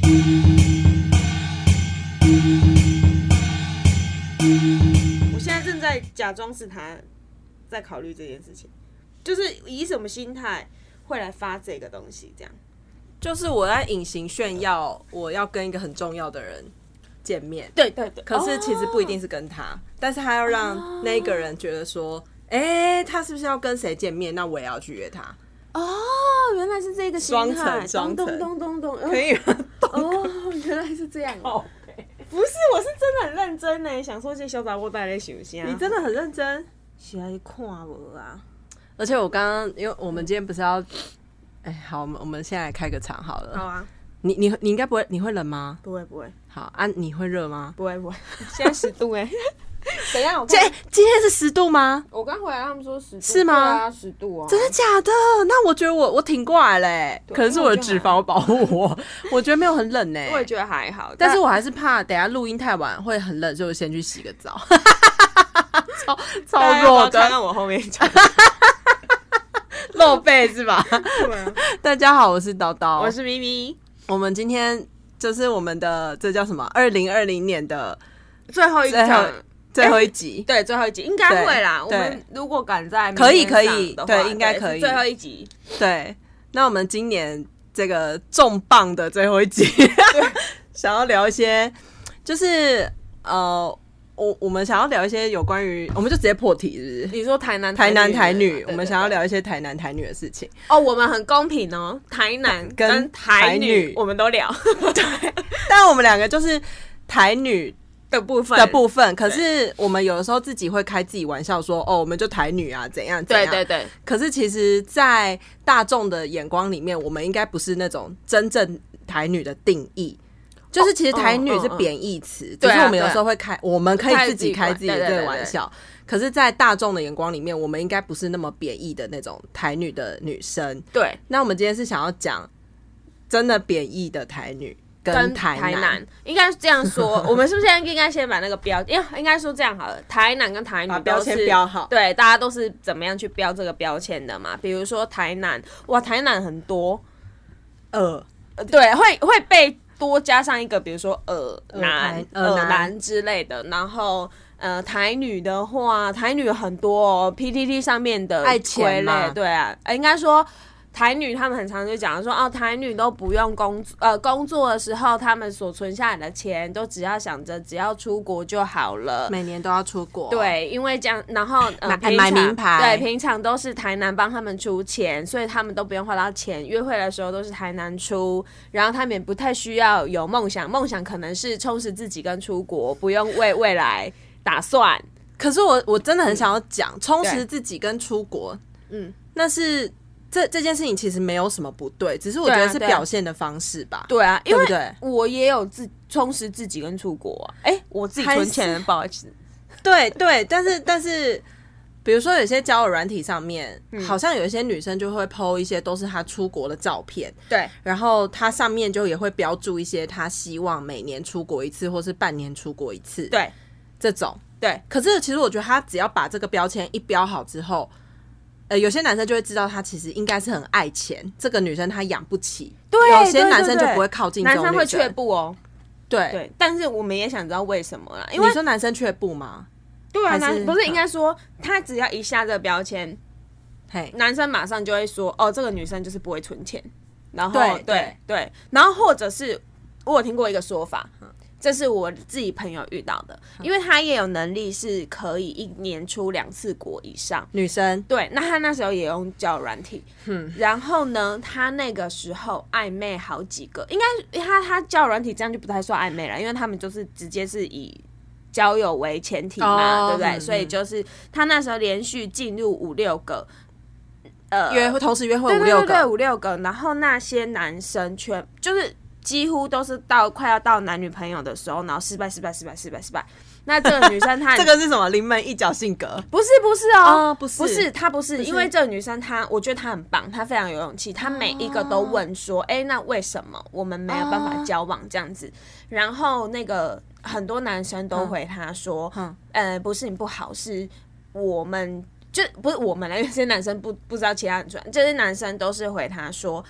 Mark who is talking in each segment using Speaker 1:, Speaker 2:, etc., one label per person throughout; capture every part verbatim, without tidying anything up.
Speaker 1: 我现在正在假装是他在考虑这件事情，就是以什么心态会来发这个东西，这样。
Speaker 2: 就是我在隐形炫耀，我要跟一个很重要的人见面。
Speaker 1: 对对对。
Speaker 2: 可是其实不一定是跟他，哦、但是他要让那个人觉得说，哎、欸，他是不是要跟谁见面？那我也要去约他。
Speaker 1: 哦，原来是这个心态，
Speaker 2: 双层双层，
Speaker 1: 咚咚咚咚，
Speaker 2: 可以吗？
Speaker 1: 哦，原来是这样。哦，不是，我是真的很认真呢，想说这小杂货带来想啥？
Speaker 2: 你真的很认真，
Speaker 1: 是来看我啊！
Speaker 2: 而且我刚刚，因为我们今天不是要。哎、欸，好，我们我们现在来开个场好了。
Speaker 1: 好啊，
Speaker 2: 你你你应该不会，你会冷吗？
Speaker 1: 不会不会。
Speaker 2: 好啊，你会热吗？
Speaker 1: 不会不会。现在十度哎、欸，怎样？我
Speaker 2: 今今天是十度吗？
Speaker 1: 我刚回来，他们说十度。
Speaker 2: 是吗？
Speaker 1: 对啊，十度啊。
Speaker 2: 真的假的？那我觉得我我挺过来嘞、欸，可能是我的脂肪保护我，我觉得没有很冷呢、欸。
Speaker 1: 我也觉得还好，
Speaker 2: 但是我还是怕等一下录音太晚会很冷，所以我先去洗个澡。超超弱的，
Speaker 1: 看看我后面讲。
Speaker 2: 露背是吧？
Speaker 1: 对啊。
Speaker 2: 大家好，我是叨叨，
Speaker 1: 我是咪咪。
Speaker 2: 我们今天就是我们的这叫什么？二零二零年的
Speaker 1: 最后一场，
Speaker 2: 最后一集。
Speaker 1: 对，最后一集应该会啦。我们如果赶在
Speaker 2: 可以可以，对，应该可以。
Speaker 1: 最后一集。
Speaker 2: 对，那我们今年这个重磅的最后一集，想要聊一些，就是呃。我我们想要聊一些有关于，我们就直接破题，是不是？
Speaker 1: 你说台南
Speaker 2: 台男台女，
Speaker 1: 对对对，
Speaker 2: 我们想要聊一些台男台女的事情。
Speaker 1: 哦，我们很公平哦，台男跟台女我们都聊。
Speaker 2: 对，但我们两个就是台女
Speaker 1: 的部分
Speaker 2: 的部分，可是我们有的时候自己会开自己玩笑说，哦，我们就台女啊，怎样怎样。
Speaker 1: 对对对。
Speaker 2: 可是其实，在大众的眼光里面，我们应该不是那种真正台女的定义。就是其实台女是贬义词，哦嗯嗯嗯、只是我们有时候会开，我们可以自己开自己的这个玩笑。对对对对，可是，在大众的眼光里面，我们应该不是那么贬义的那种台女的女生。
Speaker 1: 对。
Speaker 2: 那我们今天是想要讲真的贬义的台女跟台男，
Speaker 1: 台男应该这样说。我们是不是现在应该先把那个标，因为应该说这样好了，台男跟台女
Speaker 2: 把标签标好。
Speaker 1: 对，大家都是怎么样去标这个标签的嘛？比如说台男，哇，台男很多，
Speaker 2: 呃，
Speaker 1: 对，会会被。多加上一个，比如说耳男、
Speaker 2: 耳
Speaker 1: 男之类的，然后呃，台女的话，台女很多哦 ，P T T 上面的
Speaker 2: 爱钱嘛，
Speaker 1: 对啊，应该说台女他们很常就讲说，哦，台女都不用工作，呃，工作的时候他们所存下来的钱，都只要想着只要出国就好了，
Speaker 2: 每年都要出国，
Speaker 1: 对，因为这样，然后、呃、
Speaker 2: 买买名牌，
Speaker 1: 对，平常都是台南帮他们出钱，所以他们都不用花到钱，约会的时候都是台南出，然后他们也不太需要有梦想，梦想可能是充实自己跟出国，不用为未来打算。
Speaker 2: 可是我我真的很想要讲、嗯、充实自己跟出国，嗯，那是。这这件事情其实没有什么不对，只是我觉得是表现的方式吧。
Speaker 1: 对啊，因为
Speaker 2: 对对
Speaker 1: 我也有自充实自己跟出国啊。哎、欸，我自己存钱，不好意思。
Speaker 2: 对对，但是但是，比如说有些交友软体上面、嗯，好像有一些女生就会 po 一些都是她出国的照片，
Speaker 1: 对，
Speaker 2: 然后她上面就也会标注一些她希望每年出国一次，或是半年出国一次，
Speaker 1: 对，
Speaker 2: 这种
Speaker 1: 对。
Speaker 2: 可是其实我觉得她只要把这个标签一标好之后。呃，有些男生就会知道他其实应该是很爱钱，这个女生她养不起。
Speaker 1: 对，
Speaker 2: 有些男生就不会靠近这种女生，
Speaker 1: 男生会却步哦。
Speaker 2: 对
Speaker 1: 对，但是我们也想知道为什么啦。因为
Speaker 2: 你说男生却步吗？
Speaker 1: 对啊，男不是应该说他只要一下这个标签，嘿，男生马上就会说哦，这个女生就是不会存钱。然后对 对, 对, 对，然后或者是我有听过一个说法。嗯，这是我自己朋友遇到的，因为他也有能力是可以一年出两次国以上，
Speaker 2: 女生
Speaker 1: 对，那他那时候也用交友软体，嗯，然后呢，他那个时候暧昧好几个，应该他他交友软体这样就不太算暧昧了，因为他们就是直接是以交友为前提嘛，哦、对不对、嗯？所以就是他那时候连续进入五六个。
Speaker 2: 呃，约会同时约会五六个，
Speaker 1: 对对对，五六个，然后那些男生全就是几乎都是到快要到男女朋友的时候，然后失败失败失败失败失败。那这个女生她
Speaker 2: 这个是什么临门一脚性格？
Speaker 1: 不是不是哦，
Speaker 2: 哦不是
Speaker 1: 不是她不是，因为这个女生她我觉得她很棒，她非常有勇气，她每一个都问说，哎、哦欸，那为什么我们没有办法交往这样子？然后那个很多男生都回她说，嗯，呃，不是你不好，是我们。就不是我们啦，有些男生不不知道其他人传，这些男生都是回他说，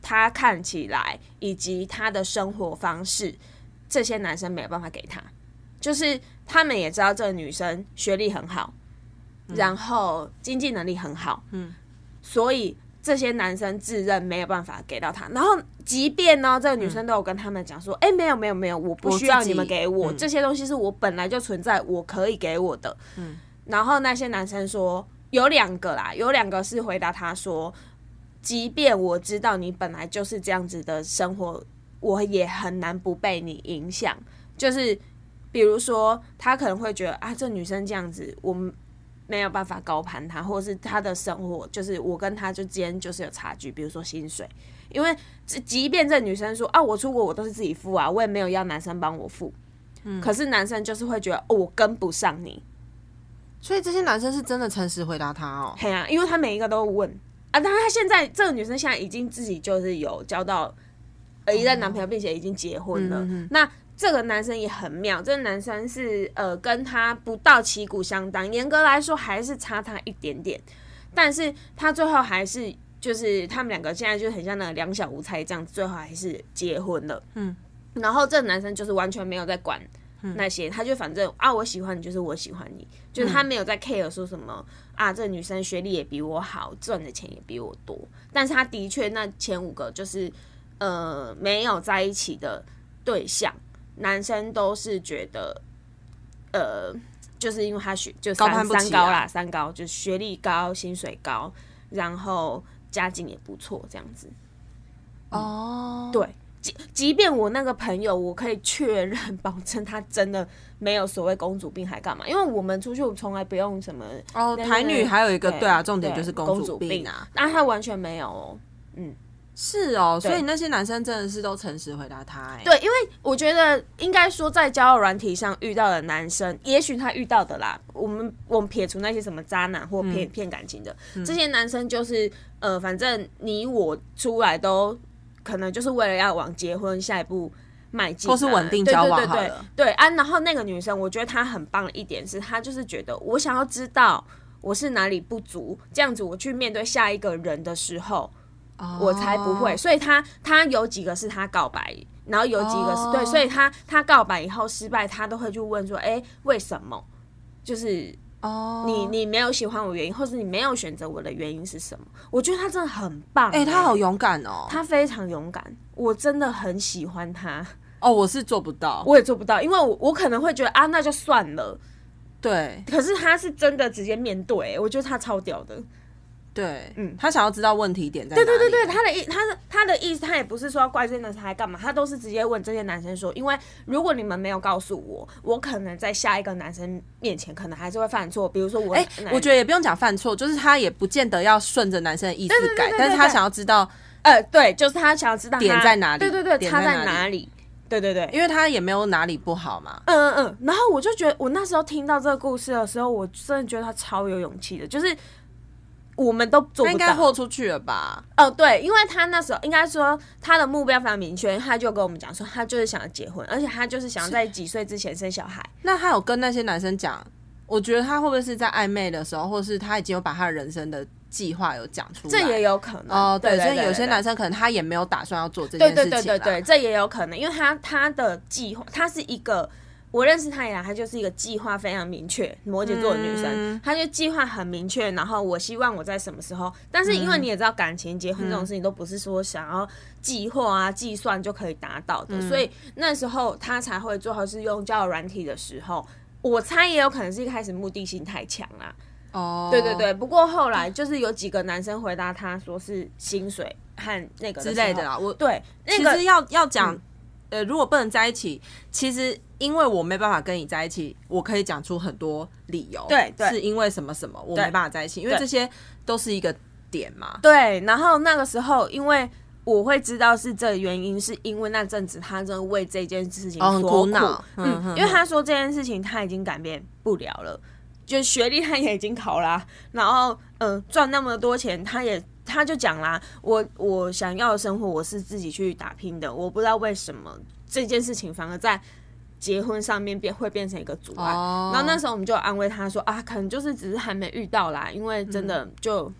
Speaker 1: 他看起来以及他的生活方式，这些男生没有办法给他。就是他们也知道这个女生学历很好，嗯、然后经济能力很好，嗯，所以这些男生自认没有办法给到他。然后即便呢，这个女生都有跟他们讲说，哎、嗯欸，没有没有没有，我不需要你们给我，我、嗯、这些东西是我本来就存在，我可以给我的。嗯，然后那些男生说有两个啦，有两个是回答他说，即便我知道你本来就是这样子的生活，我也很难不被你影响，就是。比如说，他可能会觉得啊，这女生这样子，我们没有办法高攀她，或者是她的生活，就是我跟她之间就是有差距。比如说薪水，因为即便这女生说啊，我出国我都是自己付啊，我也没有要男生帮我付，嗯，可是男生就是会觉得哦，我跟不上你，
Speaker 2: 所以这些男生是真的诚实回答他哦。
Speaker 1: 对啊，因为他每一个都问啊，但他现在这个女生现在已经自己就是有交到一任男朋友，并且已经结婚了，嗯、那。这个男生也很妙，这个男生是呃跟他不到旗鼓相当，严格来说还是差他一点点，但是他最后还是就是他们两个现在就很像那个两小无猜这样，最后还是结婚了。嗯，然后这个男生就是完全没有在管那些，嗯、他就反正啊我喜欢你就是我喜欢你，就是他没有在 care 说什么啊这个女生学历也比我好，赚的钱也比我多，但是他的确那前五个就是呃没有在一起的对象。男生都是觉得，呃，就是因为他学就三
Speaker 2: 高攀不起、啊、
Speaker 1: 三高啦，三高就学历高、薪水高，然后家境也不错，这样子。哦、嗯，对，即即便我那个朋友，我可以确认保证他真的没有所谓公主病，还干嘛？因为我们出去从来不用什么
Speaker 2: 哦，台女还有一个 对, 对啊，重点就是公主病啊，
Speaker 1: 那他完全没有哦，嗯。
Speaker 2: 是哦，所以那些男生真的是都诚实回答他哎、欸。
Speaker 1: 对，因为我觉得应该说在交友软体上遇到的男生，也许他遇到的啦，我们我们撇除那些什么渣男或骗骗、嗯、感情的、嗯，这些男生就是呃，反正你我出来都可能就是为了要往结婚下一步迈进、啊，
Speaker 2: 或是稳定交往好了。
Speaker 1: 对对对对，对啊，然后那个女生，我觉得她很棒的一点是，她就是觉得我想要知道我是哪里不足，这样子我去面对下一个人的时候。我才不会，所以他他有几个是他告白，然后有几个是、oh. 对，所以他他告白以后失败，他都会去问说，哎、欸，为什么？就是哦， oh. 你你没有喜欢我原因，或是你没有选择我的原因是什么？我觉得他真的很棒、欸，
Speaker 2: 哎、欸，他好勇敢哦，
Speaker 1: 他非常勇敢，我真的很喜欢他。
Speaker 2: 哦，我是做不到，
Speaker 1: 我也做不到，因为我我可能会觉得啊，那就算了，
Speaker 2: 对，
Speaker 1: 可是他是真的直接面对、欸，我觉得他超屌的。
Speaker 2: 对，嗯，他想要知道问题点在哪里。
Speaker 1: 对对对对，他的意，他的他的意思，他也不是说要怪这些男生还干嘛，他都是直接问这些男生说，因为如果你们没有告诉我，我可能在下一个男生面前，可能还是会犯错。比如说我，哎、
Speaker 2: 欸，我觉得也不用讲犯错，就是他也不见得要顺着男生的意思改，对对对对对对，但是他想要知道，
Speaker 1: 呃，对，就是他想要知道
Speaker 2: 点在哪里，
Speaker 1: 对对对，差在哪里。对对对，
Speaker 2: 因为他也没有哪里不好嘛。
Speaker 1: 嗯嗯嗯，然后我就觉得，我那时候听到这个故事的时候，我真的觉得他超有勇气的，就是。我们都做不到，他
Speaker 2: 应该豁出去了吧？
Speaker 1: 哦，对，因为他那时候应该说他的目标非常明确，他就跟我们讲说，他就是想要结婚，而且他就是想要在几岁之前生小孩。
Speaker 2: 那他有跟那些男生讲？我觉得他会不会是在暧昧的时候，或是他已经有把他的人生的计划有讲出来？
Speaker 1: 这也有可能
Speaker 2: 哦。对，所以有些男生可能他也没有打算要做这件事情。对
Speaker 1: 对对对对，这也有可能，因为他他的计划，他是一个。我认识他以来，他就是一个计划非常明确，摩羯座的女生，嗯、她就计划很明确。然后我希望我在什么时候，但是因为你也知道，感情、结婚这种事情都不是说想要计划啊、计算就可以达到的，嗯、所以那时候他才会最后是用交友软体的时候，我猜也有可能是一开始目的性太强啦。哦，对对对。不过后来就是有几个男生回答他说是薪水和那个
Speaker 2: 之类的啦。我
Speaker 1: 对、那
Speaker 2: 个、其实要要讲。嗯呃，如果不能在一起，其实因为我没办法跟你在一起，我可以讲出很多理由，
Speaker 1: 对，对，
Speaker 2: 是因为什么什么我没办法在一起，因为这些都是一个点嘛。
Speaker 1: 对，然后那个时候，因为我会知道是这个原因，是因为那阵子他真的为这件事情所苦，
Speaker 2: 哦、很苦恼，
Speaker 1: 嗯，嗯因为他说这件事情他已经改变不了了，就学历他也已经考啦、啊，然后嗯，赚、呃、那么多钱，他也。他就讲啦，我我想要的生活我是自己去打拼的，我不知道为什么这件事情反而在结婚上面变会变成一个阻碍。Oh. 然后那时候我们就安慰他说啊，可能就是只是还没遇到啦，因为真的就、嗯、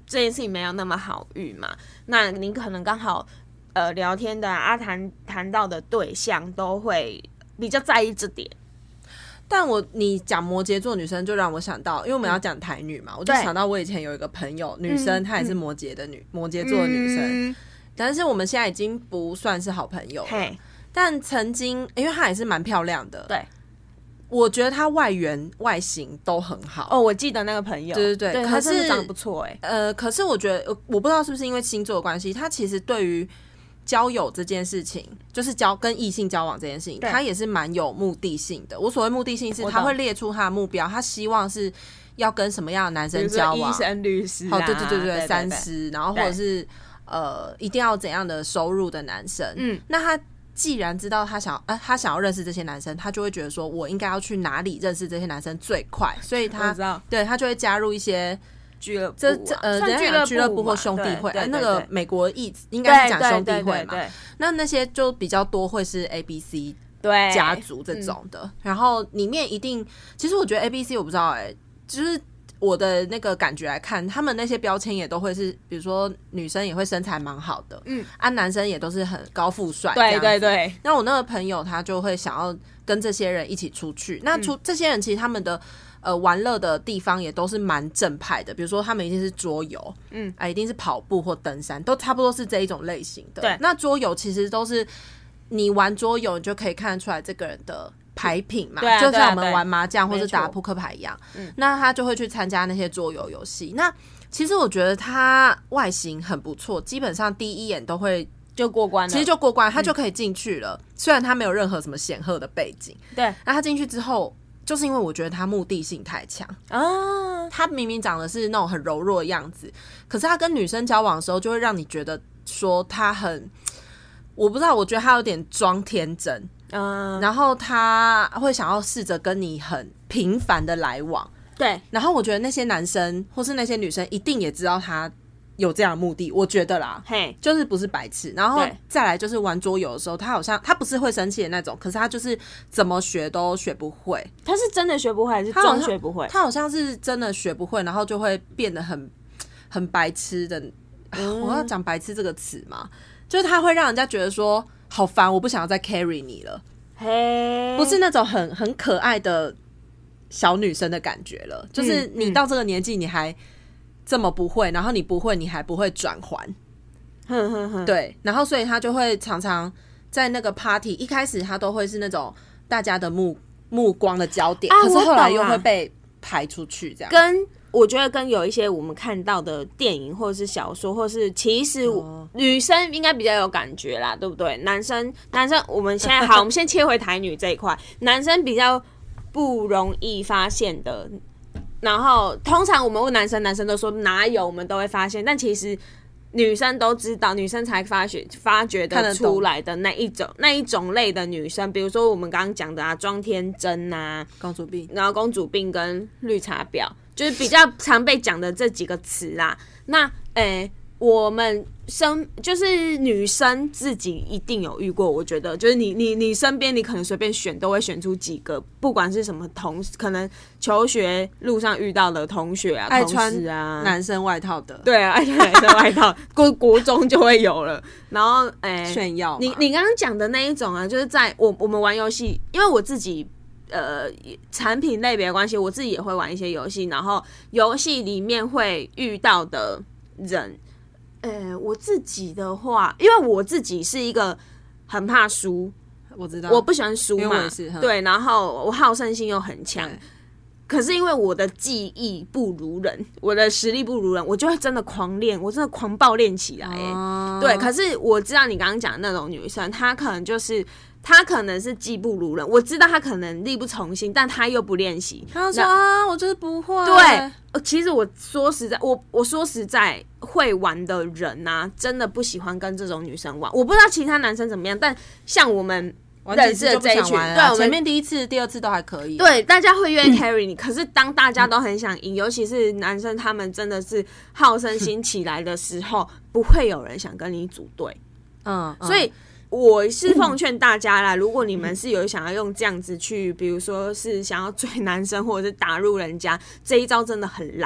Speaker 1: 这件事情没有那么好遇嘛，那你可能刚好呃聊天的啊谈谈到的对象都会比较在意这点。
Speaker 2: 但我你讲摩羯座女生就让我想到，因为我们要讲台女嘛，嗯、我就想到我以前有一个朋友女生，她也是摩羯的女、嗯、摩羯座的女生、嗯，但是我们现在已经不算是好朋友了。但曾经，因为她也是蛮漂亮的，
Speaker 1: 对，
Speaker 2: 我觉得她外缘外形都很好。
Speaker 1: 哦，我记得那个朋友，
Speaker 2: 对对对，
Speaker 1: 可是长得不错哎、
Speaker 2: 欸。呃，可是我觉得我不知道是不是因为星座的关系，她其实对于交友这件事情，就是交跟异性交往这件事情，他也是蛮有目的性的。我所谓目的性是，他会列出他的目标，他希望是要跟什么样的男生交往，
Speaker 1: 医生、律师、啊，
Speaker 2: 哦，对对对对，三
Speaker 1: 师，
Speaker 2: 然后或者是呃，一定要怎样的收入的男生。嗯，那他既然知道他想呃他想要认识这些男生，他就会觉得说，我应该要去哪里认识这些男生最快，所以他对他就会加入一些。
Speaker 1: 俱乐部、啊，
Speaker 2: 这这呃，人家俱乐部或兄弟会，呃，那个美国意应该是讲兄弟会嘛。那那些就比较多会是 A B C 家族这种的，嗯、然后里面一定，其实我觉得 A B C 我不知道哎、欸，就是我的那个感觉来看，他们那些标签也都会是，比如说女生也会身材蛮好的，嗯，啊，男生也都是很高富帅，
Speaker 1: 对对对。
Speaker 2: 那我那个朋友他就会想要跟这些人一起出去，那出、嗯、这些人其实他们的。呃，玩乐的地方也都是蛮正派的，比如说他们一定是桌游，嗯，啊，一定是跑步或登山，都差不多是这一种类型的。对，那桌游其实都是你玩桌游，你就可以看得出来这个人的牌品嘛，
Speaker 1: 啊、
Speaker 2: 就像我们玩麻将或是打扑克牌一样。嗯，那他就会去参加那些桌游游戏。那其实我觉得他外形很不错，基本上第一眼都会
Speaker 1: 就过关了，
Speaker 2: 其实就过关，他就可以进去了、嗯。虽然他没有任何什么显赫的背景，
Speaker 1: 对，
Speaker 2: 那他进去之后。就是因为我觉得他目的性太强啊，他明明长得是那种很柔弱的样子，可是他跟女生交往的时候，就会让你觉得说他很，我不知道，我觉得他有点装天真，嗯，然后他会想要试着跟你很频繁的来往，
Speaker 1: 对，
Speaker 2: 然后我觉得那些男生或是那些女生一定也知道他。有这样的目的，我觉得啦，嘿，就是不是白痴，然后再来就是玩桌游的时候，他好像他不是会生气的那种，可是他就是怎么学都学不会。
Speaker 1: 他是真的学不会，还是装学不会？
Speaker 2: 他好像是真的学不会，然后就会变得很很白痴的。嗯、我要讲白痴这个词嘛，就是他会让人家觉得说好烦，我不想要再 carry 你了，嘿，不是那种很很可爱的小女生的感觉了，就是你到这个年纪，你还。这么不会，然后你不会，你还不会转还，哼哼哼，对，然后所以他就会常常在那个 party 一开始他都会是那种大家的目目光的焦点、啊、可是后来又会被排出去这样。
Speaker 1: 跟我觉得跟有一些我们看到的电影或者是小说，或是其实女生应该比较有感觉啦，对不对？男生男生我们现在好，我们先切回台女这一块，男生比较不容易发现的。然后通常我们问男生，男生都说哪有，我们都会发现，但其实女生都知道，女生才发觉发觉得出来的那一种那一种类的女生，比如说我们刚刚讲的啊，装天真啊，
Speaker 2: 公主病，
Speaker 1: 然后公主病跟绿茶婊，就是比较常被讲的这几个词啦。那诶。我们身就是女生自己一定有遇过，我觉得就是你你你身边你可能随便选都会选出几个，不管是什么同可能求学路上遇到的同学啊，
Speaker 2: 爱穿
Speaker 1: 同事啊，
Speaker 2: 男生外套的，
Speaker 1: 对啊，爱穿男生外套，国国中就会有了。然后诶、欸，
Speaker 2: 炫耀，
Speaker 1: 你你刚刚讲的那一种啊，就是在我我们玩游戏，因为我自己。呃，产品类别的关系，我自己也会玩一些游戏，然后游戏里面会遇到的人。呃，我自己的话，因为我自己是一个很怕输，
Speaker 2: 我知道，
Speaker 1: 我不喜欢输嘛，
Speaker 2: 我也是，
Speaker 1: 对，然后我好胜心又很强，可是因为我的技艺不如人，我的实力不如人，我就会真的狂练，我真的狂暴练起来、欸哦，对。可是我知道你刚刚讲的那种女生，她可能就是她可能是技不如人，我知道她可能力不从心，但她又不练习，
Speaker 2: 她说啊，我就是不会，
Speaker 1: 对。其实我说实在，我我说实在，会玩的人啊，真的不喜欢跟这种女生玩。我不知道其他男生怎么样，但像我们认识的这一群，对，
Speaker 2: 前面第一次、第二次都还可以，
Speaker 1: 对，大家会愿意 carry 你。可是当大家都很想赢，尤其是男生，他们真的是好胜心起来的时候，不会有人想跟你组队。嗯，所以。我是奉劝大家啦，如果你们是有想要用这样子去，比如说是想要追男生或者是打入人家，这一招真的很烂。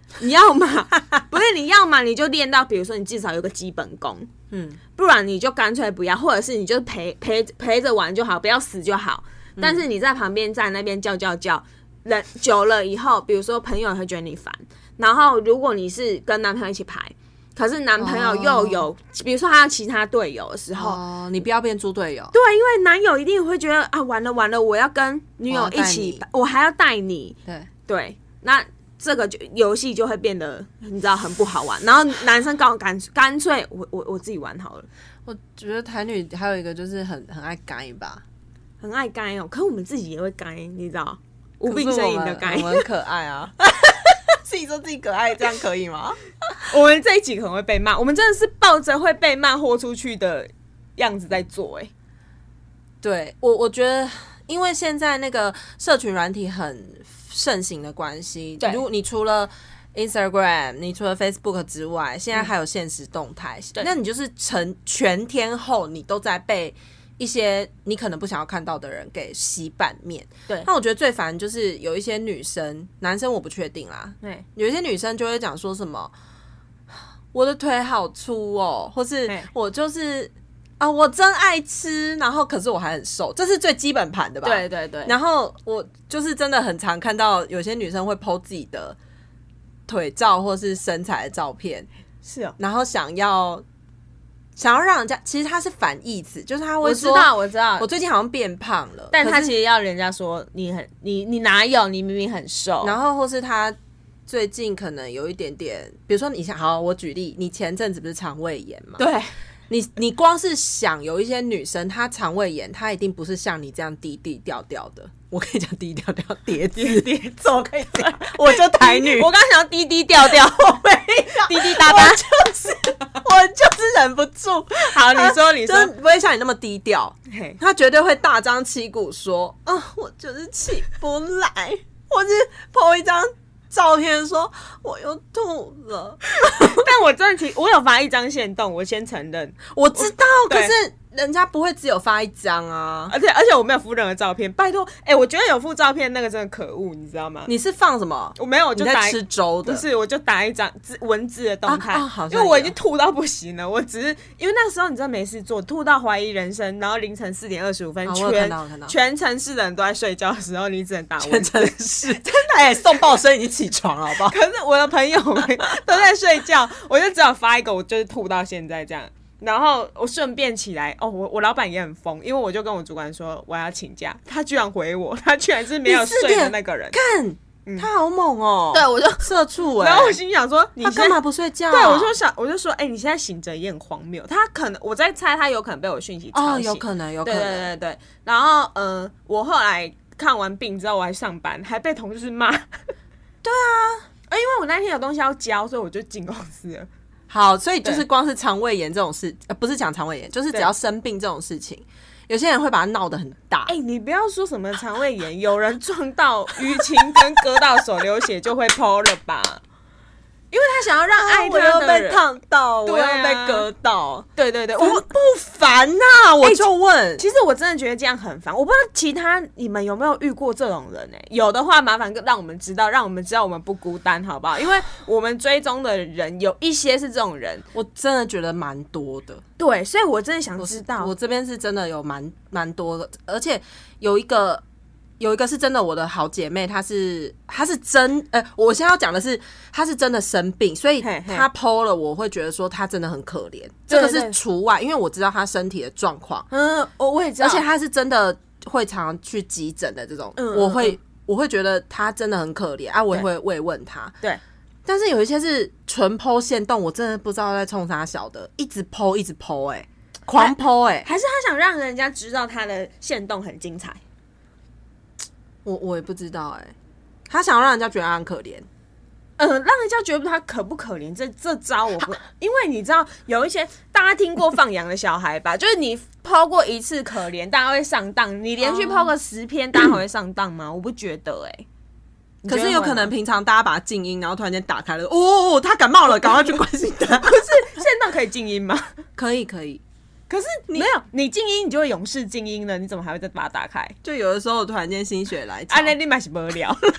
Speaker 1: 你要嘛不是你要嘛你就练到，比如说你至少有个基本功，嗯，不然你就干脆不要，或者是你就陪陪陪着玩就好，不要死就好。嗯、但是你在旁边在那边叫叫叫，人久了以后，比如说朋友会觉得你烦，然后如果你是跟男朋友一起排。可是男朋友又有，哦、比如说他有其他队友的时候，
Speaker 2: 哦，你不要变猪队友。
Speaker 1: 对，因为男友一定会觉得啊，完了完了，我要跟女友一起，我, 我还要带你。
Speaker 2: 对
Speaker 1: 对，那这个就游戏就会变得你知道很不好玩。然后男生刚干干脆我我我自己玩好了。
Speaker 2: 我觉得台女还有一个就是很很爱该吧，
Speaker 1: 很爱该哦。可是我们自己也会该，你知道，无病呻吟的该，
Speaker 2: 我们很可爱啊。自己说自己可爱，这样可以吗？
Speaker 1: 我们这一集可能会被骂，我们真的是抱着会被骂豁出去的样子在做、欸。哎，
Speaker 2: 对我，我觉得，因为现在那个社群软体很盛行的关系，如果你除了 Instagram， 你除了 Facebook 之外，现在还有限时动态，嗯、那你就是成全天候，你都在被一些你可能不想要看到的人给洗版面。
Speaker 1: 对，
Speaker 2: 那我觉得最烦就是有一些女生，男生我不确定啦。对，有一些女生就会讲说什么，我的腿好粗哦，或是我就是啊，我真爱吃，然后可是我还很瘦，这是最基本盘的吧？
Speaker 1: 对对对。
Speaker 2: 然后我就是真的很常看到有些女生会 po 自己的腿照或是身材的照片，
Speaker 1: 是哦，
Speaker 2: 然后想要。想要让人家，其实他是反义词，就是他会说，
Speaker 1: 我知道，我知道，
Speaker 2: 我最近好像变胖了，
Speaker 1: 但他其实要人家说你很，你你哪有，你明明很瘦，
Speaker 2: 然后或是他最近可能有一点点，比如说你想，好，我举例，你前阵子不是肠胃炎吗？
Speaker 1: 对，
Speaker 2: 你你光是想有一些女生，她肠胃炎，她一定不是像你这样低低调调的。我可以讲低调调叠字叠字，我可以讲，我就台女。
Speaker 1: 我刚刚想要低低调调，我没有
Speaker 2: 滴滴答答，我就是我就是忍不住。
Speaker 1: 好，你说你说，
Speaker 2: 不会像你那么低调，他绝对会大张旗鼓说啊，我就是起不来，或是 po 一张照片说我又吐了。
Speaker 1: 但我真的其我有发一张限动，我先承认，
Speaker 2: 我知道，可是。人家不会只有发一张啊，
Speaker 1: 而且而且我没有附任何照片，拜托，哎、欸，我觉得有附照片那个真的可恶，你知道吗？
Speaker 2: 你是放什么？
Speaker 1: 我没有，我就打
Speaker 2: 你在吃粥的，
Speaker 1: 不是，我就打一张字文字的动态、
Speaker 2: 啊啊，
Speaker 1: 因为我已经吐到不行了，我只是因为那时候你知道没事做，吐到怀疑人生，然后凌晨四点二十五分，全全城市的人都在睡觉的时候，你只能打文字，
Speaker 2: 全城市真的哎、欸，宋报生已经起床了，好不好？
Speaker 1: 可是我的朋友们都在睡觉，我就只好发一个，我就是吐到现在这样。然后我顺便起来哦，我我老板也很疯，因为我就跟我主管说我要请假，他居然回我，他居然是没有睡的那个人，
Speaker 2: 看、嗯、他好猛哦，
Speaker 1: 对，我就
Speaker 2: 社畜哎、
Speaker 1: 欸，然后我心想说你
Speaker 2: 他干嘛不睡觉、啊？
Speaker 1: 对，我就想我就说哎、欸，你现在醒着也很荒谬，他可能我在猜他有可能被我讯息吵醒，
Speaker 2: 哦，有可能，有可能，
Speaker 1: 对对对对。然后呃，我后来看完病之后，我还上班，还被同事骂，
Speaker 2: 对啊，
Speaker 1: 因为我那天有东西要交，所以我就进公司了。
Speaker 2: 好，所以就是光是肠胃炎这种事，呃，不是讲肠胃炎，就是只要生病这种事情，有些人会把它闹得很大。
Speaker 1: 哎、欸，你不要说什么肠胃炎，有人撞到淤青跟割到手流血就会 po 了吧？因为他想要让爱他的人、
Speaker 2: 啊、我要被烫到，我要被割到，对对对，我不烦呐、啊，我就问、欸。
Speaker 1: 其实我真的觉得这样很烦，我不知道其他你们有没有遇过这种人哎、欸？有的话麻烦让我们知道，让我们知道我们不孤单，好不好？因为我们追踪的人有一些是这种人，
Speaker 2: 我真的觉得蛮多的。
Speaker 1: 对，所以我真的想知道，
Speaker 2: 我, 我这边是真的有蛮蛮多的，而且有一个。有一个是真的，我的好姐妹，她是她是真，呃，我现在要讲的是，她是真的生病，所以她 po 了，我会觉得说她真的很可怜，这个是除外，因为我知道她身体的状况，
Speaker 1: 嗯，我也知道，
Speaker 2: 而且她是真的会常常去急诊的这种，嗯、我会、嗯、我会觉得她真的很可怜啊，我也会慰问她，
Speaker 1: 对，
Speaker 2: 但是有一些是纯 po 限动，我真的不知道在冲啥小的，一直 po 一直 po 哎、欸，狂 po 哎、欸，
Speaker 1: 还是她想让人家知道她的限动很精彩。
Speaker 2: 我我也不知道哎、欸，他想要让人家觉得他很可怜，
Speaker 1: 呃，让人家觉得他可不可怜，这这招我不，因为你知道有一些大家听过放羊的小孩吧，就是你po过一次可怜，大家会上当；你连续po个十篇，大家还会上当吗？我不觉得哎、欸。
Speaker 2: 可是有可能平常大家把它静音，然后突然间打开了，哦，他感冒了，赶快去关心他。
Speaker 1: 不是，现在可以静音吗？
Speaker 2: 可以，可以。
Speaker 1: 可是你没有，你静音你就会永世静音了，你怎么还会再把它打开？
Speaker 2: 就有的时候我突然间心血来潮，
Speaker 1: 啊，那你嘛是无聊，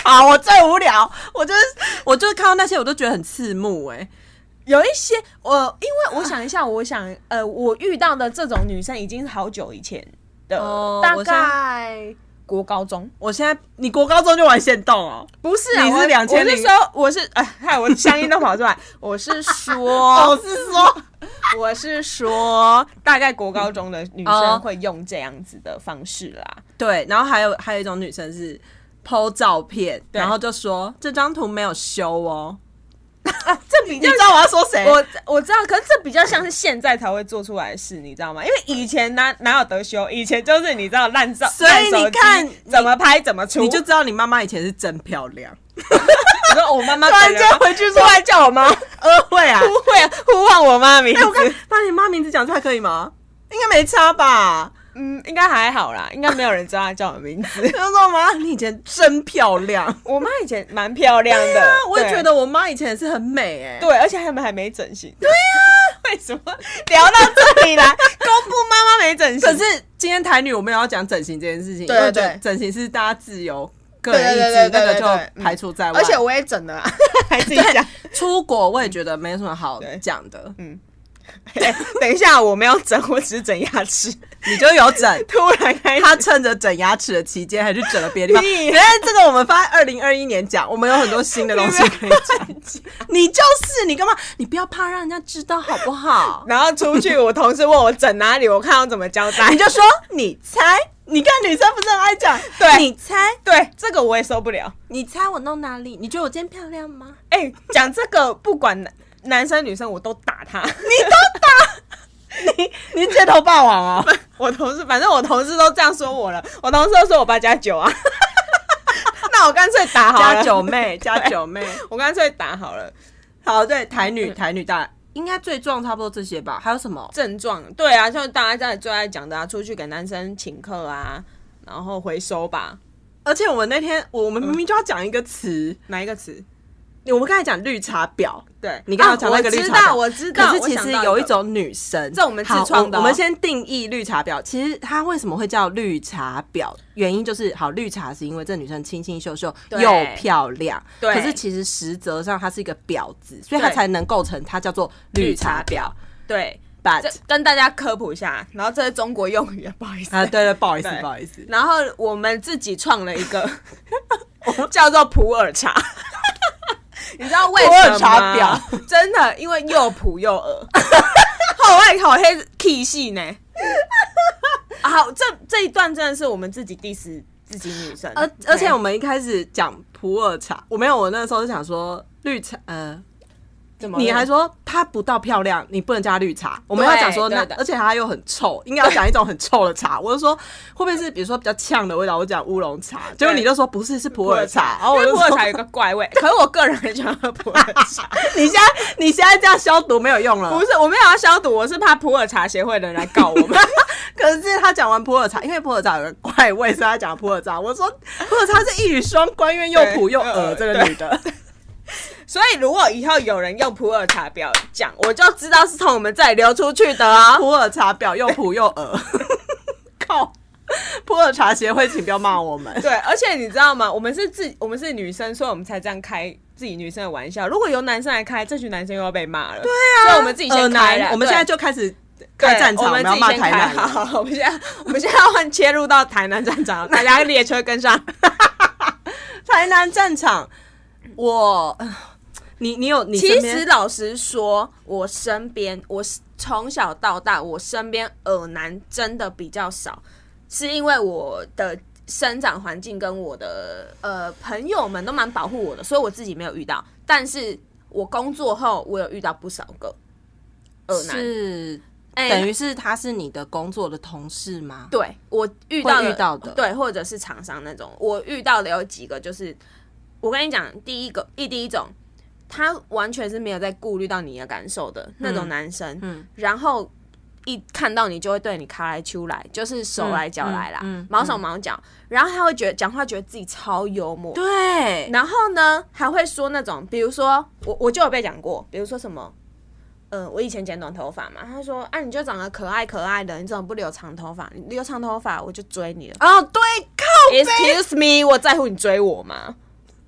Speaker 2: 好，我最无聊，我就是我就是看到那些我都觉得很刺目哎、欸。
Speaker 1: 有一些我因为我想一下，我想呃，我遇到的这种女生已经是好久以前的，哦、大概国高中。
Speaker 2: 我现在你国高中就玩限动哦？
Speaker 1: 不是啊，
Speaker 2: 你是两千零，
Speaker 1: 我是说我是哎，害我乡音都跑出来。我是说，
Speaker 2: 我是说，
Speaker 1: 我是说，大概国高中的女生会用这样子的方式啦。哦、
Speaker 2: 对，然后还有还有一种女生是 po 照片，然后就说这张图没有修哦。
Speaker 1: 啊，这比较
Speaker 2: 你知道我要说谁？
Speaker 1: 我我知道，可是这比较像是现在才会做出来的事，你知道吗？因为以前哪哪有得修，以前就是你知道烂照，
Speaker 2: 所以你看
Speaker 1: 怎么拍怎么出，
Speaker 2: 你就知道你妈妈以前是真漂亮。
Speaker 1: 你说我妈妈
Speaker 2: 突然间回去说，
Speaker 1: 突然叫我妈，
Speaker 2: 呃，会啊，
Speaker 1: 会啊，呼唤我妈名字。
Speaker 2: 哎、欸，我看把你妈名字讲出来可以吗？应该没差吧？
Speaker 1: 嗯，应该还好啦，应该没有人知道她叫我名字。
Speaker 2: 就说妈，你以前真漂亮。
Speaker 1: 我妈以前蛮漂亮的，
Speaker 2: 啊、我也觉得我妈以前也是很美哎、欸。
Speaker 1: 对，而且他们还没整形。
Speaker 2: 对啊，
Speaker 1: 为什么聊到这里来公布妈妈没整形？
Speaker 2: 可是今天台女我们要讲整形这件事情，
Speaker 1: 对对对，
Speaker 2: 整形是大家自由个人意志，那个就排除在外。
Speaker 1: 而且我也整了、啊，还自己讲。
Speaker 2: 出国我也觉得没什么好讲的，嗯。
Speaker 1: 欸、等一下，我没有整，我只是整牙齿。
Speaker 2: 你就有整，
Speaker 1: 突然开始，
Speaker 2: 他趁着整牙齿的期间，还去整了别的地方。原来这个我们放在二零二一年讲，我们有很多新的东西可以讲。你就是你干嘛？你不要怕让人家知道好不好？
Speaker 1: 然后出去，我同事问我整哪里，我看我怎么交代，
Speaker 2: 你就说你猜。你看女生不是很爱讲，
Speaker 1: 对，
Speaker 2: 你猜，
Speaker 1: 对，这个我也受不了。
Speaker 2: 你猜我弄哪里？你觉得我今天漂亮吗？
Speaker 1: 哎、欸，讲这个不管男男生女生，我都打他，你
Speaker 2: 都打，你你是街头霸王啊、哦！
Speaker 1: 我同事，反正我同事都这样说我了，我同事都说我八加九啊，那我干脆打好了，
Speaker 2: 加九妹，加九妹，
Speaker 1: 我干脆打好了。
Speaker 2: 好，对，台女，台女大。应该罪状差不多这些吧，还有什么
Speaker 1: 症状？对啊，像大家在最爱讲的啊，出去给男生请客啊，然后回收吧。
Speaker 2: 而且我们那天我们明明就要讲一个词、嗯，
Speaker 1: 哪一个词？
Speaker 2: 我们刚才讲绿茶婊，
Speaker 1: 对
Speaker 2: 你刚刚讲那个绿茶婊、
Speaker 1: 啊，我知道，我知道。
Speaker 2: 可是其实有一种女生，
Speaker 1: 这我们自创的、哦。
Speaker 2: 我们先定义绿茶婊，其实她为什么会叫绿茶婊？原因就是好，绿茶是因为这女生清清秀秀又漂亮，
Speaker 1: 对。
Speaker 2: 可是其实实则上她是一个婊子，所以她才能构成她叫做绿茶婊。
Speaker 1: 对。
Speaker 2: But
Speaker 1: 跟大家科普一下，然后这是中国用语，不好意思
Speaker 2: 啊，对对，不好意思，不好意思。
Speaker 1: 然后我们自己创了一个叫做普洱茶。你知道为什么？普洱茶婊真的，因为又普又恶，好爱好黑 K 戏呢。好，这这一段真的是我们自己 diss 自己女生，
Speaker 2: 而而且我们一开始讲普洱茶，我没有，我那时候是想说绿茶，呃。你还说她不到漂亮，你不能叫她绿茶。我们要讲说那，而且她又很臭，应该要讲一种很臭的茶。我就说会不会是比如说比较呛的味道？我讲乌龙茶，结果你就说不是，是普洱茶。然后我就
Speaker 1: 说普洱茶有个怪味，可是我个人很喜欢喝普洱茶。
Speaker 2: 你现在你现在这样消毒没有用了。
Speaker 1: 不是，我没有要消毒，我是怕普洱茶协会的人来告我们。
Speaker 2: 可是他讲完普洱茶，因为普洱茶有个怪味，所以他讲普洱茶。我说普洱茶是一语双关，因为又普又恶，这个女的。
Speaker 1: 所以如果以后有人用普洱茶婊讲，我就知道是从我们这里流出去的啊。
Speaker 2: 普洱茶婊又普又恶，靠！普洱茶协会，请不要骂我们。
Speaker 1: 对，而且你知道吗？我们是自我们是女生，所以我们才这样开自己女生的玩笑。如果由男生来开，这群男生又要被骂了。
Speaker 2: 对啊，
Speaker 1: 所以我们自己先开了。
Speaker 2: 我们现在就开始开战场，我们要骂台南。
Speaker 1: 好，好，我们现在我们现在要换切入到台南战场，大家列车跟上。
Speaker 2: 台南战场，我。你你有你
Speaker 1: 其实老实说，我身边我从小到大，我身边耳男真的比较少，是因为我的生长环境跟我的呃朋友们都蛮保护我的，所以我自己没有遇到。但是我工作后，我有遇到不少个耳男，
Speaker 2: 是、欸、等于是他是你的工作的同事吗？
Speaker 1: 对，我遇到
Speaker 2: 遇到的，
Speaker 1: 对，或者是厂商那种，我遇到的有几个，就是我跟你讲，第一个一第一种。他完全是没有在顾虑到你的感受的那种男生，嗯嗯、然后一看到你就会对你卡来秋来，就是手来脚来啦，嗯嗯、毛手毛脚，然后他会觉得讲话觉得自己超幽默，
Speaker 2: 对，
Speaker 1: 然后呢还会说那种，比如说我我就有被讲过，比如说什么，呃，我以前剪短头发嘛，他说啊你就长得可爱可爱的，你怎么不留长头发？你留长头发我就追你了。
Speaker 2: 哦，对，靠
Speaker 1: 北 ，Excuse me， 我在乎你追我吗？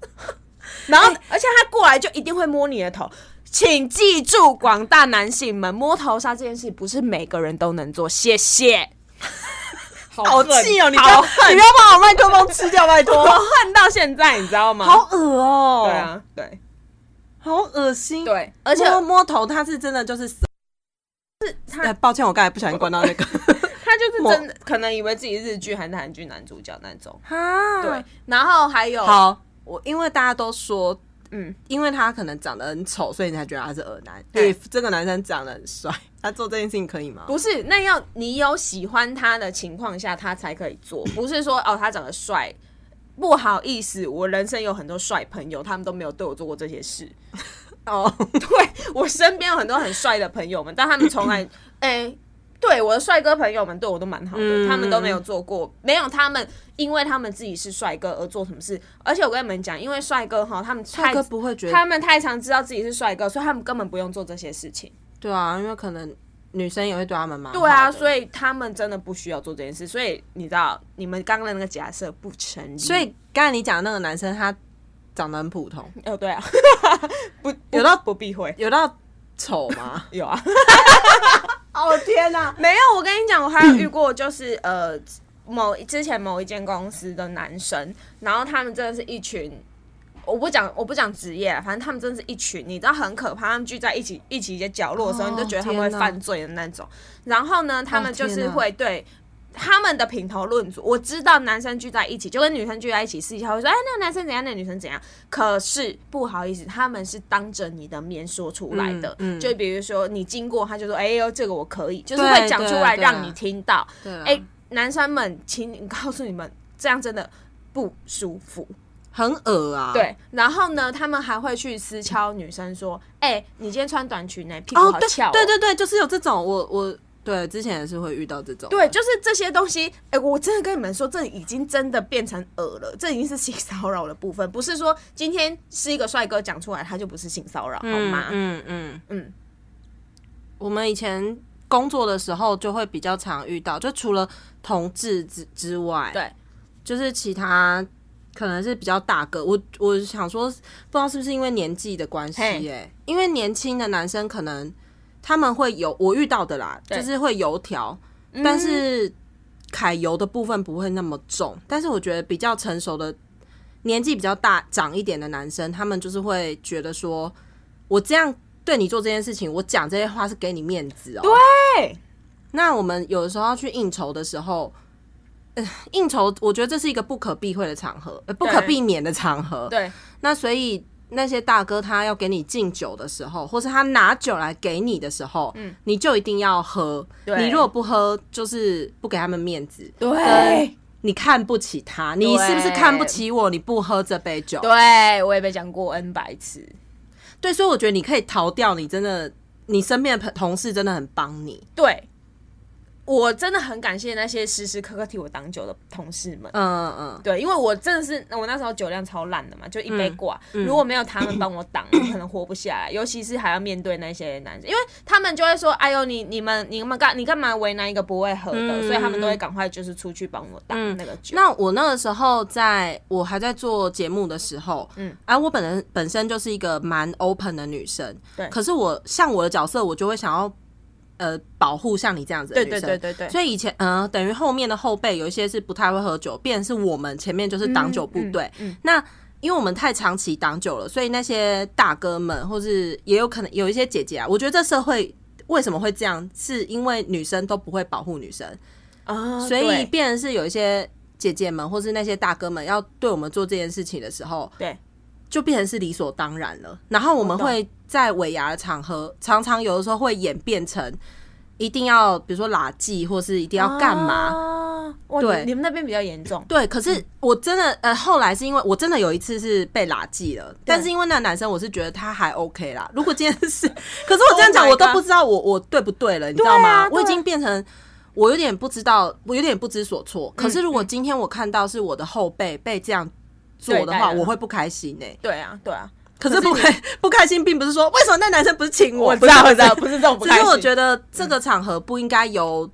Speaker 1: 然后、欸、而且他过来就一定会摸你的头。请记住，广大男性们，摸头杀这件事不是每个人都能做。谢谢。
Speaker 2: 好气哦！你不要，你不要把我麦克风吃掉，拜托！
Speaker 1: 我恨到现在，你知道吗？
Speaker 2: 好恶哦！
Speaker 1: 对啊，对，
Speaker 2: 好恶心。
Speaker 1: 对，而且
Speaker 2: 摸摸头，他是真的就是死。
Speaker 1: 是他、
Speaker 2: 欸，抱歉，我刚才不小心关到那个。
Speaker 1: 他就是真的，可能以为自己日剧还是韩剧男主角那种。
Speaker 2: 哈，
Speaker 1: 对，然后还有，
Speaker 2: 好，我因为大家都说。嗯，因为他可能长得很丑，所以你才觉得他是恶男。对，这个男生长得很帅，他做这件事情可以吗？
Speaker 1: 不是，那要你有喜欢他的情况下，他才可以做。不是说哦，他长得帅，不好意思，我人生有很多帅朋友，他们都没有对我做过这些事。哦，对我身边有很多很帅的朋友们，但他们从来，哎、欸。对我的帅哥朋友们对我都蛮好的、嗯，他们都没有做过，没有他们，因为他们自己是帅哥而做什么事。而且我跟你们讲，因为帅哥哈，他们
Speaker 2: 帅哥不会觉得
Speaker 1: 他们太常知道自己是帅哥，所以他们根本不用做这些事情。
Speaker 2: 对啊，因为可能女生也会对他们蛮好的。
Speaker 1: 对啊，所以他们真的不需要做这件事。所以你知道，你们刚刚的那个假设不成立。
Speaker 2: 所以刚才你讲的那个男生，他长得很普通。
Speaker 1: 哦，对啊，不
Speaker 2: 有到
Speaker 1: 不避讳，
Speaker 2: 有到丑吗？
Speaker 1: 有啊。
Speaker 2: 哦天哪，
Speaker 1: 没有！我跟你讲，我还有遇过，就是呃，某之前某一间公司的男生，然后他们真的是一群，我不讲我不讲职业，反正他们真的是一群，你知道很可怕，他们聚在一起一起一些角落的时候，哦、你就觉得他们会犯罪的那种。然后呢，他们就是会对。他们的品头论足，我知道男生聚在一起就跟女生聚在一起，私底下会说，哎，那个男生怎样，那个女生怎样。可是不好意思，他们是当着你的面说出来的。嗯嗯、就比如说你经过，他就说，哎呦，这个我可以，就是会讲出来让你听到。哎，男生们，请你告诉你们，这样真的不舒服，
Speaker 2: 很恶啊。
Speaker 1: 对，然后呢，他们还会去私敲女生说，哎，你今天穿短裙呢，屁股好翘、哦。
Speaker 2: 对对对，就是有这种，我我。对，之前也是会遇到这种。
Speaker 1: 对，就是这些东西，哎、欸，我真的跟你们说，这已经真的变成恶了，这已经是性骚扰的部分，不是说今天是一个帅哥讲出来，他就不是性骚扰，好吗？
Speaker 2: 嗯嗯嗯。我们以前工作的时候就会比较常遇到，就除了同志之之外，
Speaker 1: 对，
Speaker 2: 就是其他可能是比较大个。我我想说，不知道是不是因为年纪的关系、欸，哎，因为年轻的男生可能。他们会有我遇到的啦，就是会油条、嗯，但是揩油的部分不会那么重。但是我觉得比较成熟的、年纪比较大、长一点的男生，他们就是会觉得说，我这样对你做这件事情，我讲这些话是给你面子哦。
Speaker 1: 对。
Speaker 2: 那我们有的时候要去应酬的时候，呃，应酬我觉得这是一个不可避讳的场合，呃，不可避免的场合。
Speaker 1: 对。
Speaker 2: 那所以。那些大哥他要给你敬酒的时候，或是他拿酒来给你的时候，嗯，你就一定要喝。你如果不喝，就是不给他们面子。
Speaker 1: 对，
Speaker 2: 你看不起他，你是不是看不起我？你不喝这杯酒？
Speaker 1: 对，我也被讲过 N 百次。
Speaker 2: 对，所以我觉得你可以逃掉，你真的，你身边的同事真的很帮你。
Speaker 1: 对。我真的很感谢那些时时刻刻替我挡酒的同事们，
Speaker 2: 嗯嗯，
Speaker 1: 对，因为我真的是我那时候酒量超烂的嘛，就一杯挂、嗯嗯，如果没有他们帮我挡，我可能活不下来，尤其是还要面对那些男生，因为他们就会说，哎呦，你你们你们干你干嘛为难一个不会喝的、嗯，所以他们都会赶快就是出去帮我挡那个酒、
Speaker 2: 嗯。那我那个时候在我还在做节目的时候，嗯，啊，我本人本身就是一个蛮 open 的女生，对，可是我像我的角色，我就会想要。呃，保护像你这样子的女生，
Speaker 1: 对对对对对。
Speaker 2: 所以以前，呃，等于后面的后辈有一些是不太会喝酒，变成是我们前面就是挡酒部队、嗯嗯嗯。那因为我们太长期挡酒了，所以那些大哥们，或是也有可能有一些姐姐啊，我觉得这社会为什么会这样，是因为女生都不会保护女生啊、哦，所以变成是有一些姐姐们，或是那些大哥们要对我们做这件事情的时候，
Speaker 1: 对。
Speaker 2: 就变成是理所当然了，然后我们会在尾牙的场合，常常有的时候会演变成一定要，比如说拉技，或是一定要干嘛？
Speaker 1: 啊、对你，你们那边比较严重。
Speaker 2: 对，可是我真的呃，后来是因为我真的有一次是被拉技了，但是因为那个男生，我是觉得他还 OK 啦。如果今天是，可是我这样讲，我都不知道我我对不对了，你知道吗？啊、我已经变成我有点不知道，我有点不知所措。可是如果今天我看到是我的后辈被这样。做的话，我会不开心呢、欸。
Speaker 1: 对啊，对啊。
Speaker 2: 可是不开不开心，并不是说为什么那男生不是请我，
Speaker 1: 我知道，我知道，不是这种不开心。
Speaker 2: 只是我觉得这个场合不应该由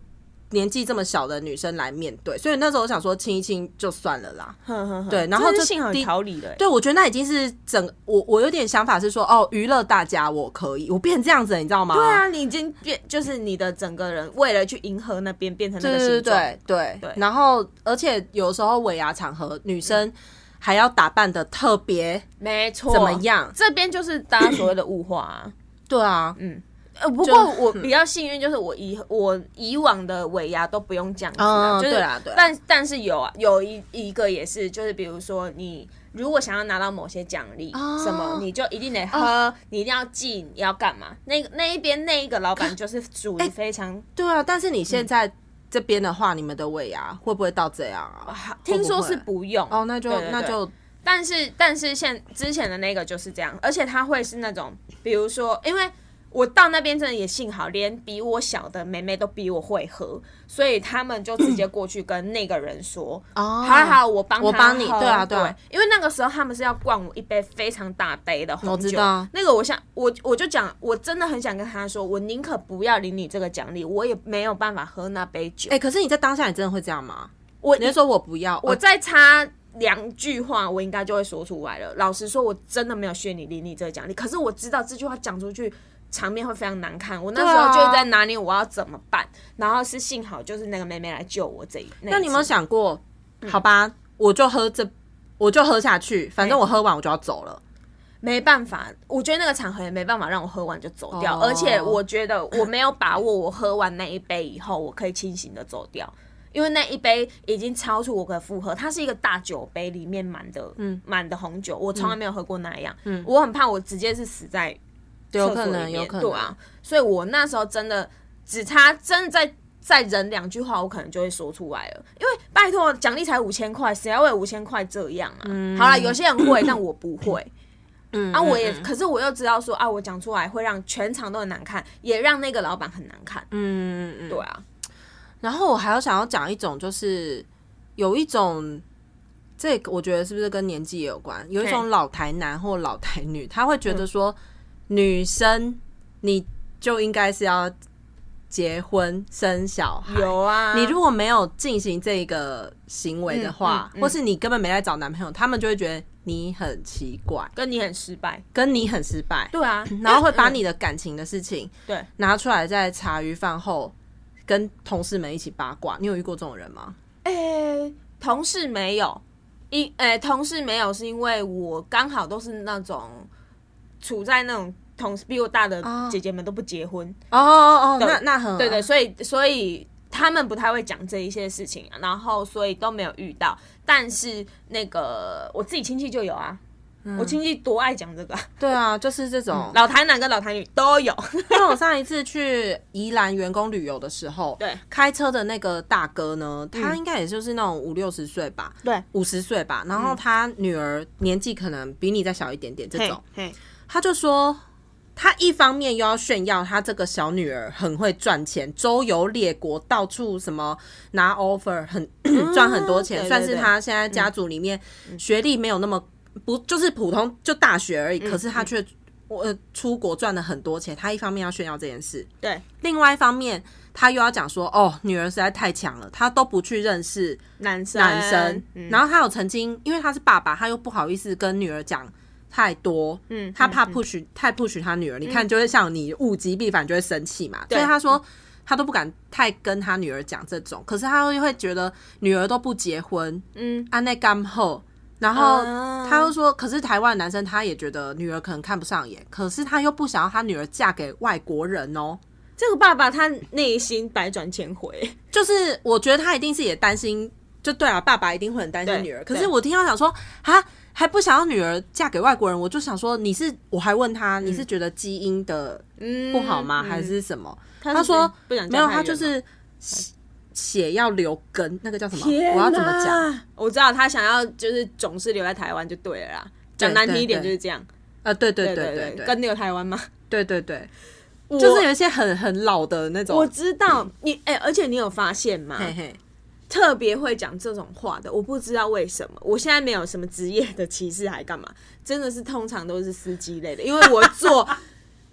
Speaker 2: 年纪这么小的女生来面对，所以那时候我想说亲一亲就算了啦。呵呵呵对，然后就
Speaker 1: 幸好有条理的。
Speaker 2: 对，我觉得那已经是整我我有点想法是说，哦，娱乐大家我可以，我变成这样子了，你知道吗？
Speaker 1: 对啊，你已经变，就是你的整个人为了去迎合那边变成那个形状。
Speaker 2: 对对 对, 对。然后，而且有时候尾牙场合，女生还要打扮的特别，
Speaker 1: 没错，
Speaker 2: 怎么样？
Speaker 1: 这边就是大家所谓的物化啊。
Speaker 2: 对啊，
Speaker 1: 嗯。呃，不过我比较幸运，就是我以我以往的尾牙都不用这样子啊，
Speaker 2: 嗯、
Speaker 1: 就是
Speaker 2: 对啦对啦，
Speaker 1: 但但是有啊，有一一个也是，就是比如说你如果想要拿到某些奖励、哦、什么，你就一定得喝，哦、你一定要记，你要干嘛？那那一边那一个老板就是属于非常、欸、
Speaker 2: 对啊，但是你现在这边的话，嗯、你们的尾牙会不会到这样啊？
Speaker 1: 听说是不用
Speaker 2: 哦，那就对对对那就。
Speaker 1: 但是但是现之前的那个就是这样，而且他会是那种，比如说，因为。我到那边真的也幸好，连比我小的妹妹都比我会喝，所以他们就直接过去跟那个人说：“哦，好好，我帮他喝，
Speaker 2: 我帮你。”对啊，对啊，
Speaker 1: 因为那个时候他们是要灌我一杯非常大杯的红酒，
Speaker 2: 我知道。
Speaker 1: 那个我想，我我就讲，我真的很想跟他说，我宁可不要领你这个奖励，我也没有办法喝那杯酒。
Speaker 2: 哎、欸，可是你在当下，你真的会这样吗？我你就说我不要，
Speaker 1: 我再差两句话，我应该就会说出来了。老实说，我真的没有炫你领你这个奖励，可是我知道这句话讲出去。场面会非常难看，我那时候就在拿捏我要怎么办，啊、然后是幸好就是那个妹妹来救我这一。那,
Speaker 2: 那你有没有想过，嗯、好吧，我就喝这，我就喝下去，反正我喝完我就要走了。
Speaker 1: 没办法，我觉得那个场合也没办法让我喝完就走掉，哦、而且我觉得我没有把握，我喝完那一杯以后，我可以清醒的走掉。因为那一杯已经超出我的负荷，它是一个大酒杯，里面满的满、嗯、的红酒，我从来没有喝过那样。嗯，我很怕我直接是死在。
Speaker 2: 有可能，有可能，
Speaker 1: 对啊，所以我那时候真的只差真的再再忍两句话，我可能就会说出来了。因为拜托，奖励才五千块，谁要为五千块这样啊？嗯、好啦，有些人会，但我不会。嗯，啊，我也，可是我又知道说啊，我讲出来会让全场都很难看，也让那个老板很难看。嗯嗯，对啊。
Speaker 2: 然后我还要想要讲一种，就是有一种。这个我觉得是不是跟年纪也有关？有一种老台男或老台女，他会觉得说，嗯、女生你就应该是要结婚生小孩。
Speaker 1: 有啊，
Speaker 2: 你如果没有进行这个行为的话，嗯嗯嗯、或是你根本没来找男朋友，他们就会觉得你很奇怪，
Speaker 1: 跟你很失败，
Speaker 2: 跟你很失败。
Speaker 1: 对啊，
Speaker 2: 然后会把你的感情的事情
Speaker 1: 对
Speaker 2: 拿出来，在茶余饭后跟同事们一起八卦。你有遇过这种人吗？
Speaker 1: 诶、欸，同事没有。因诶、欸，同事没有，是因为我刚好都是那种处在那种同事比我大的姐姐们都不结婚
Speaker 2: 哦哦哦，那那很
Speaker 1: 对对，所以所以他们不太会讲这一些事情、啊，然后所以都没有遇到。但是那个我自己亲戚就有啊。嗯、我亲戚多爱讲这个，
Speaker 2: 对啊，就是这种、嗯、
Speaker 1: 老台男跟老台女都有。
Speaker 2: 因为我上一次去宜兰员工旅游的时候，
Speaker 1: 对，
Speaker 2: 开车的那个大哥呢，他应该也就是那种五六十岁吧，
Speaker 1: 对，
Speaker 2: 五十岁吧。然后他女儿年纪可能比你再小一点点，这种，他就说。他一方面又要炫耀他这个小女儿很会赚钱，周游列国，到处什么拿 offer， 很赚很多钱，嗯、算是他现在家族里面学历没有那么不就是普通就大学而已，嗯、可是他却呃出国赚了很多钱。他一方面要炫耀这件事，
Speaker 1: 对，
Speaker 2: 另外一方面他又要讲说，哦，女儿实在太强了，他都不去认识
Speaker 1: 男生
Speaker 2: 男生，嗯、然后他有曾经因为他是爸爸，他又不好意思跟女儿讲。太多，嗯，他怕 push、嗯、太 push 他女儿，嗯、你看就会像你物极必反，就会生气嘛。所以他说他都不敢太跟他女儿讲这种，可是他又会觉得女儿都不结婚，嗯，安内干后，然后他又说，可是台湾男生他也觉得女儿可能看不上眼，可是他又不想要他女儿嫁给外国人哦。
Speaker 1: 这个爸爸他内心百转千回，
Speaker 2: 就是我觉得他一定是也担心，就对啊，爸爸一定会很担心女儿。可是我听到想说啊。还不想要女儿嫁给外国人，我就想说你是，我还问他、嗯、你是觉得基因的不好吗？嗯、还是什么？他, 他说没有，他就是血要留根，那个叫什么？我要怎么讲？
Speaker 1: 我知道他想要就是总是留在台湾就对了啦。讲难听一点就是这样。
Speaker 2: 呃，对对对 对, 对, 对, 对，
Speaker 1: 跟留台湾吗？
Speaker 2: 对对对，就是有一些很很老的那种。
Speaker 1: 我知道你，哎、欸，而且你有发现吗？嘿嘿。特别会讲这种话的，我不知道为什么。我现在没有什么职业的歧视，还干嘛？真的是通常都是司机类的，因为我坐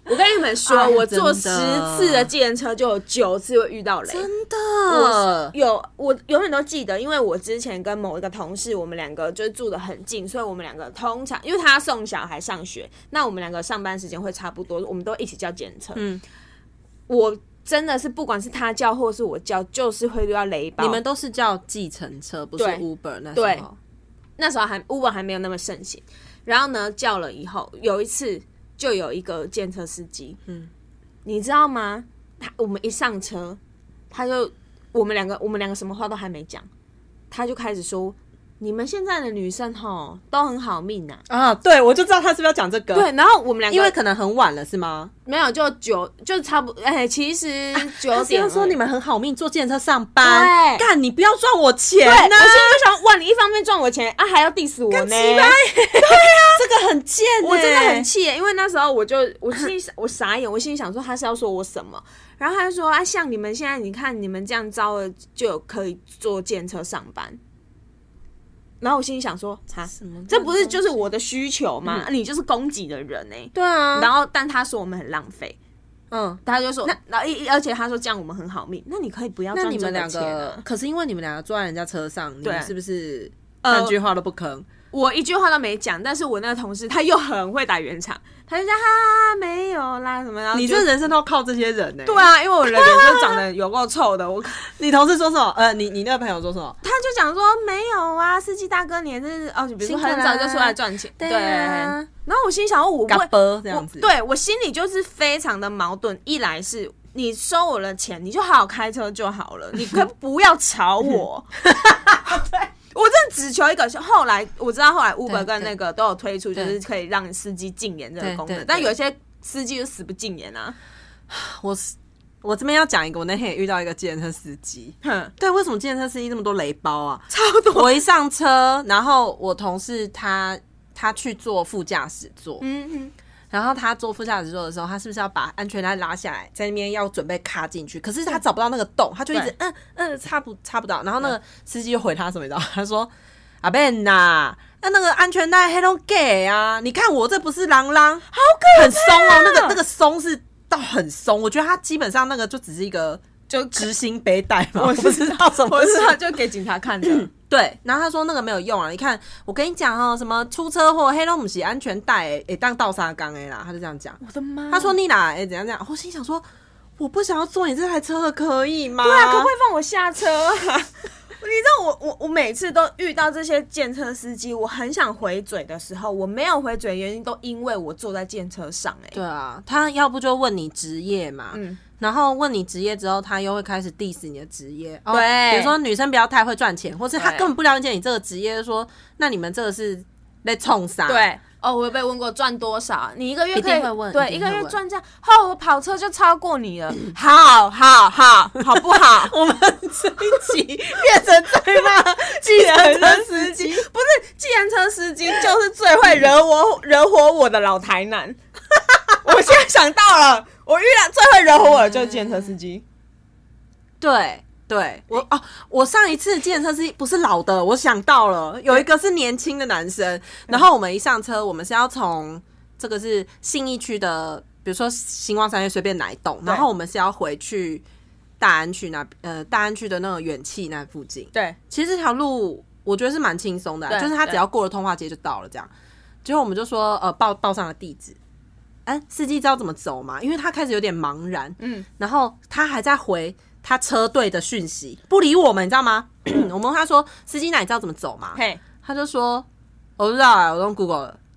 Speaker 1: 我跟你们说，哎、我坐十次的计程车就有九次会遇到雷，
Speaker 2: 真的。
Speaker 1: 我有，我永远都记得，因为我之前跟某一个同事，我们两个就是住得很近，所以我们两个通常因为他送小孩上学，那我们两个上班时间会差不多，我们都一起叫计程车。嗯，我真的是不管是他叫或是我叫，就是会遇到雷包。
Speaker 2: 你们都是叫计程车，不是 Uber 那时候？
Speaker 1: 对，那时候还 Uber 还没有那么盛行。然后呢，叫了以后，有一次。就有一个计程车司机，嗯，你知道吗？他我们一上车，他就我们两个我们两个什么话都还没讲，他就开始说：“你们现在的女生吼都很好命啊！”
Speaker 2: 啊，对，我就知道他是不是要讲这个。
Speaker 1: 对，然后我们两个
Speaker 2: 因为可能很晚了，是吗？
Speaker 1: 没有，就九就差不多。哎、欸，其实九点、啊。
Speaker 2: 他说你们很好命，坐计程车上班，干你不要赚我钱呐、啊！我
Speaker 1: 现在就想，哇，你一方面赚我钱啊，还要 diss 我呢？对
Speaker 2: 啊，这个很贱、欸，
Speaker 1: 我真的很气、欸，因为那时候我就我心里我傻眼，我心里想说他是要说我什么，然后他就说啊，像你们现在你看你们这样招了就有可以坐计程车上班。然后我心里想说，哈，这不是就是我的需求吗？嗯、你就是供给的人哎、欸。
Speaker 2: 对啊。
Speaker 1: 然后，但他说我们很浪费，嗯，他就说，那然后而且他说这样我们很好命，那你可以不要赚这个钱、啊、那你们两个，
Speaker 2: 可是因为你们两个坐在人家车上，你们是不是半句话都不吭？呃、
Speaker 1: 我一句话都没讲，但是我那个同事他又很会打圆场，他就讲哈哈没有啦什么，然后
Speaker 2: 你这人生都靠这些人呢、欸？
Speaker 1: 对啊，因为我的脸就长得有够臭的。我
Speaker 2: 你同事说什么？呃，你你那个朋友说什么？
Speaker 1: 他就讲说没有啊，司机大哥你也是哦，比如说很早就出来赚钱，对、啊。然后我心想，我不会
Speaker 2: 这样子，
Speaker 1: 对我心里就是非常的矛盾。一来是你收我的钱，你就好好开车就好了，你可不要吵我。对。我真的只求一个，后来我知道，后来 Uber 跟那个都有推出，就是可以让司机禁言这个功能，但有些司机就死不禁言啊。
Speaker 2: 我我这边要讲一个，我那天也遇到一个计程车司机，对，为什么计程车司机这么多雷包啊？
Speaker 1: 超多！
Speaker 2: 我一上车，然后我同事他他去坐副驾驶座，嗯哼。然后他坐副驾驶座的时候，他是不是要把安全带拉下来，在那边要准备卡进去？可是他找不到那个洞，他就一直嗯嗯插不插不到。然后那个司机就回他什么你知道？他说：“阿 Ben 呐，那那个安全带黑都给啊！你看我这不是啷啷，
Speaker 1: 好可怕，
Speaker 2: 很松哦。那个那个松是到很松，我觉得他基本上那个就只是一个就执行背带嘛，我不知道什么，
Speaker 1: 我知道就给警察看的。”
Speaker 2: 对，然后他说那个没有用啊！你看，我跟你讲哦，什么出车祸黑都不是安全带，诶、欸，当倒沙缸诶啦，他就这样讲。
Speaker 1: 我的妈！
Speaker 2: 他说你哪诶、欸、怎样怎样？我心想说，我不想要坐你这台车的，可以吗？
Speaker 1: 对啊，可不可以放我下车啊？你知道我我我每次都遇到这些计程车司机，我很想回嘴的时候，我没有回嘴的原因都因为我坐在计程车上、欸。哎，
Speaker 2: 对啊，他要不就问你职业嘛，嗯。然后问你职业之后，他又会开始 diss 你的职业。
Speaker 1: 对、
Speaker 2: 哦，比如说女生不要太会赚钱，或是他根本不了解你这个职业，就说那你们这个是在冲啥？
Speaker 1: 对，哦，我有被问过赚多少，你一个月可以
Speaker 2: 一定会问，
Speaker 1: 对，一个月赚这样，哦，我跑车就超过你了，好好好，好不好？
Speaker 2: 我们这一集变成在骂计程车司机，
Speaker 1: 不是计程车司机，就是最会惹我惹火我的老台南。我现在想到了。我遇到最会惹火我的就是计程车司机。
Speaker 2: 对对，我哦，我上一次计程车司机不是老的，我想到了，有一个是年轻的男生，然后我们一上车，我们是要从这个是信义区的，比如说新光三越随便哪一栋，然后我们是要回去大安区那呃大安区的那个远气那附近。
Speaker 1: 对，
Speaker 2: 其实这条路我觉得是蛮轻松的、啊，就是他只要过了通化街就到了这样。结果我们就说呃报报上了地址。哎，司机知道怎么走吗？因为他开始有点茫然，嗯，然后他还在回他车队的讯息，不理我们，你知道吗？我们问他说：“司机，那你知道怎么走吗？”
Speaker 1: 嘿，
Speaker 2: 他就说：“我不知道啊，我用 Google 了。”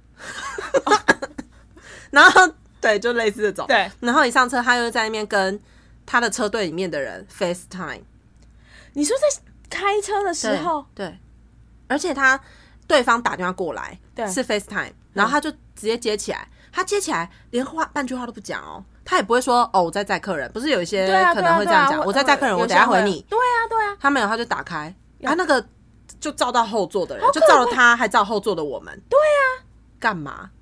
Speaker 2: 然后对，就类似这种。
Speaker 1: 对，
Speaker 2: 然后一上车，他又在那边跟他的车队里面的人 FaceTime。
Speaker 1: 你说在开车的时候，
Speaker 2: 对，对而且他对方打电话过来，对，是 FaceTime， 然后他就直接接起来。他接起来连话半句话都不讲哦，他也不会说哦我在载客人，不是有一些可能会这样讲，啊啊啊、我在载客人，我等一下回你。
Speaker 1: 对啊对啊，
Speaker 2: 他没有，他就打开，他那个就照到后座的人，就照了他，还照后座的我们。
Speaker 1: 对啊，
Speaker 2: 干嘛？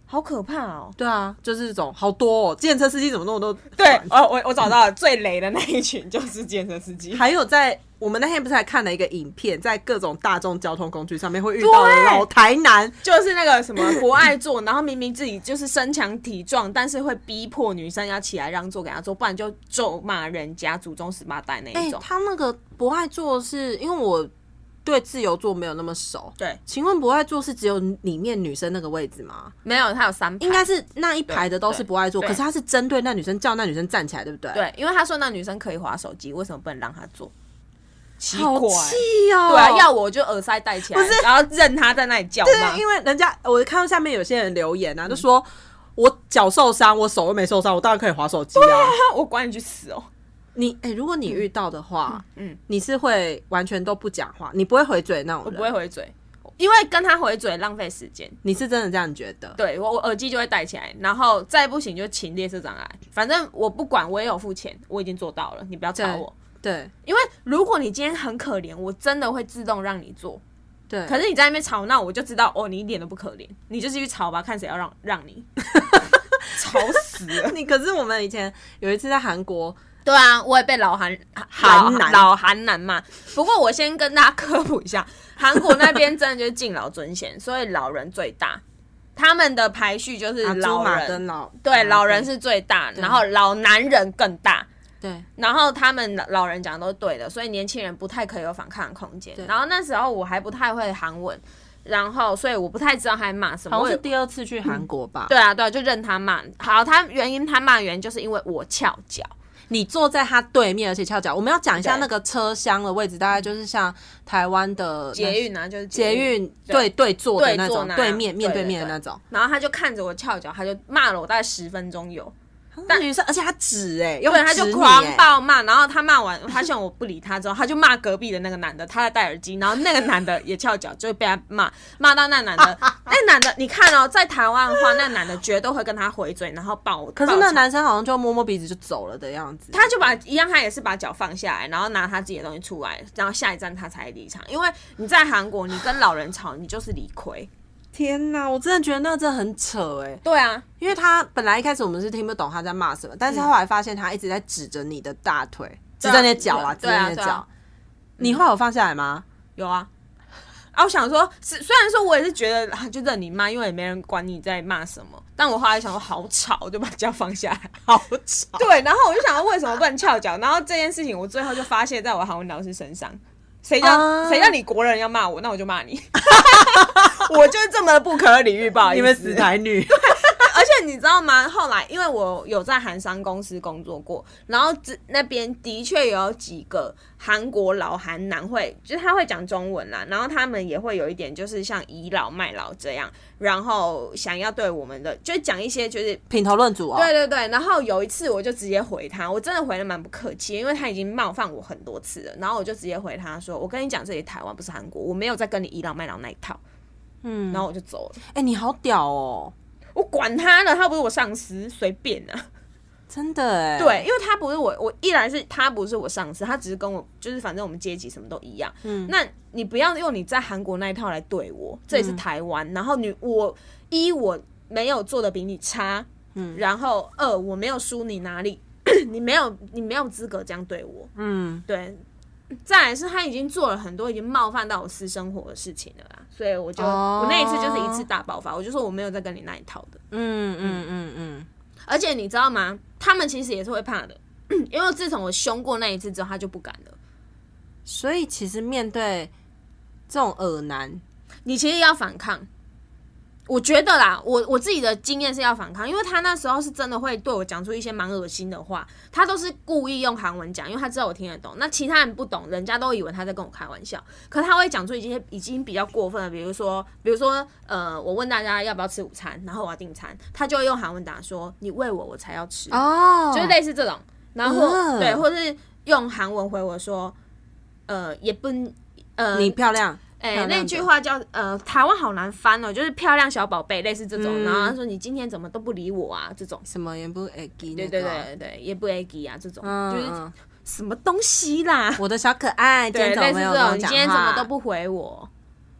Speaker 1: 好可怕哦！
Speaker 2: 对啊，就是这种好多哦，计程车司机怎么那么多？
Speaker 1: 对，哦，我我找到了最雷的那一群就是计程车司机。
Speaker 2: 还有在我们那天不是还看了一个影片，在各种大众交通工具上面会遇到的老台男，
Speaker 1: 就是那个什么不爱坐，然后明明自己就是身强体壮，但是会逼迫女生要起来让座给他坐，不然就咒骂人家祖宗十八代那一种。
Speaker 2: 欸、他那个不爱坐是因为我对自由座没有那么熟，
Speaker 1: 对，
Speaker 2: 请问不爱坐是只有里面女生那个位置吗？
Speaker 1: 没有，它有三排，
Speaker 2: 应该是那一排的都是不爱坐，可是他是针对那女生叫那女生站起来，对不对？
Speaker 1: 对，因为他说那女生可以滑手机，为什么不能让她坐？奇怪，
Speaker 2: 好气哦！
Speaker 1: 对啊，要我就耳塞戴起来，然后任他在那里叫骂。
Speaker 2: 对，因为人家我看到下面有些人留言啊，就说我脚受伤，我手又没受伤，我当然可以滑手机啊！
Speaker 1: 我管你去死哦！
Speaker 2: 你哎、欸，如果你遇到的话，嗯，嗯你是会完全都不讲话，你不会回嘴那种人？
Speaker 1: 我不会回嘴，因为跟他回嘴浪费时间。
Speaker 2: 你是真的这样觉得？
Speaker 1: 对，我我耳机就会戴起来，然后再不行就请列车长来，反正我不管，我也有付钱，我已经做到了，你不要吵我。
Speaker 2: 对，
Speaker 1: 因为如果你今天很可怜，我真的会自动让你做。
Speaker 2: 对，
Speaker 1: 可是你在那边吵闹，我就知道哦，你一点都不可怜，你就继续吵吧，看谁要让让你，吵死了。
Speaker 2: 你可是我们以前有一次在韩国。
Speaker 1: 对啊，我也被老韩韩男老韩男嘛。不过我先跟大家科普一下，韩国那边真的就是敬老尊贤，所以老人最大。他们的排序就是老人
Speaker 2: 跟老
Speaker 1: 对老人是最大，然后老男人更大。
Speaker 2: 对，
Speaker 1: 然后他们老人讲的都是对的，所以年轻人不太可以有反抗的空间。然后那时候我还不太会韩文，然后所以我不太知道他在骂什么。
Speaker 2: 好像是第二次去韩国吧、
Speaker 1: 嗯？对啊，对啊，就任他骂。好，他原因他骂原因就是因为我翘脚。
Speaker 2: 你坐在他对面，而且翘脚。我们要讲一下那个车厢的位置，大概就是像台湾的
Speaker 1: 捷运啊，就是
Speaker 2: 捷运对对坐的那种，对面面对面的那种。
Speaker 1: 然后他就看着我翘脚，他就骂了我大概十分钟有。
Speaker 2: 但女生，而且他指哎、欸，
Speaker 1: 对，他就狂暴骂，然后他骂完，发现我不理他之后，他就骂隔壁的那个男的，他在戴耳机，然后那个男的也翘脚，就被他骂，骂到那男的，那男的，你看哦，在台湾的话，那男的绝对会跟他回嘴，然后抱。
Speaker 2: 可是那男生好像就摸摸鼻子就走了的样子，
Speaker 1: 他就把一样，他也是把脚放下来，然后拿他自己的东西出来，然后下一站他才离场，因为你在韩国，你跟老人吵，你就是理亏。
Speaker 2: 天哪，我真的觉得那真的很扯哎、欸。
Speaker 1: 对啊，
Speaker 2: 因为他本来一开始我们是听不懂他在骂什么，但是后来发现他一直在指着你的大腿，嗯、指着你的脚啊，指着你的脚、啊。你后来有放下来吗？
Speaker 1: 有啊。啊，我想说，虽然说我也是觉得啊，就任你骂，因为也没人管你在骂什么。但我后来想说好吵，我就把脚放下来，
Speaker 2: 好吵。
Speaker 1: 对，然后我就想说为什么不能翘脚？然后这件事情我最后就发泄在我韩文老师身上。谁叫谁、uh... 叫你国人要骂我，那我就骂你。我就是这么的不可理喻，不好意思，
Speaker 2: 你们死台女。
Speaker 1: 而且你知道吗？后来因为我有在韩商公司工作过，然后那边的确有几个韩国老韩男会，就是他会讲中文啦，然后他们也会有一点就是像倚老卖老这样，然后想要对我们的就讲一些就是
Speaker 2: 品头论足啊、哦。
Speaker 1: 对对对，然后有一次我就直接回他，我真的回得蛮不客气，因为他已经冒犯我很多次了，然后我就直接回他说：“我跟你讲，这里台湾不是韩国，我没有在跟你倚老卖老那一套。”嗯，然后我就走了。
Speaker 2: 哎、欸，你好屌哦！
Speaker 1: 我管他呢，他不是我上司，随便啊。
Speaker 2: 真的哎，
Speaker 1: 对，因为他不是我，我一来是他不是我上司，他只是跟我，就是反正我们阶级什么都一样。嗯，那你不要用你在韩国那一套来对我，这里是台湾、嗯，然后你我一我没有做的比你差，嗯，然后二我没有输你哪里，你没有你没有资格这样对我，嗯，对。再来是他已经做了很多已经冒犯到我私生活的事情了啦，所以我就、oh. 我那一次就是一次大爆发，我就说我没有在跟你那一套的。嗯嗯嗯嗯。而且你知道吗？他们其实也是会怕的，因为自从我凶过那一次之后，他就不敢了。
Speaker 2: 所以其实面对这种恶男，
Speaker 1: 你其实要反抗。我觉得啦，我我自己的经验是要反抗，因为他那时候是真的会对我讲出一些蛮恶心的话，他都是故意用韩文讲，因为他知道我听得懂。那其他人不懂，人家都以为他在跟我开玩笑，可他会讲出一些已经比较过分的，比如说，比如说，呃，我问大家要不要吃午餐，然后我要订餐，他就会用韩文打说：“你喂我，我才要吃。”哦，就是类似这种，然后、呃、对，或者是用韩文回我说：“呃，也不呃，
Speaker 2: 你漂亮。”
Speaker 1: 哎、欸，那句话叫呃，台湾好难翻哦，就是漂亮小宝贝，类似这种、嗯。然后他说你今天怎么都不理我啊，这种
Speaker 2: 什么也不会给、
Speaker 1: 那個，对对对对，也不会给啊，这种、嗯、就是什么东西啦，
Speaker 2: 我的小可爱，
Speaker 1: 对，类似这种，你今天怎么都不回我。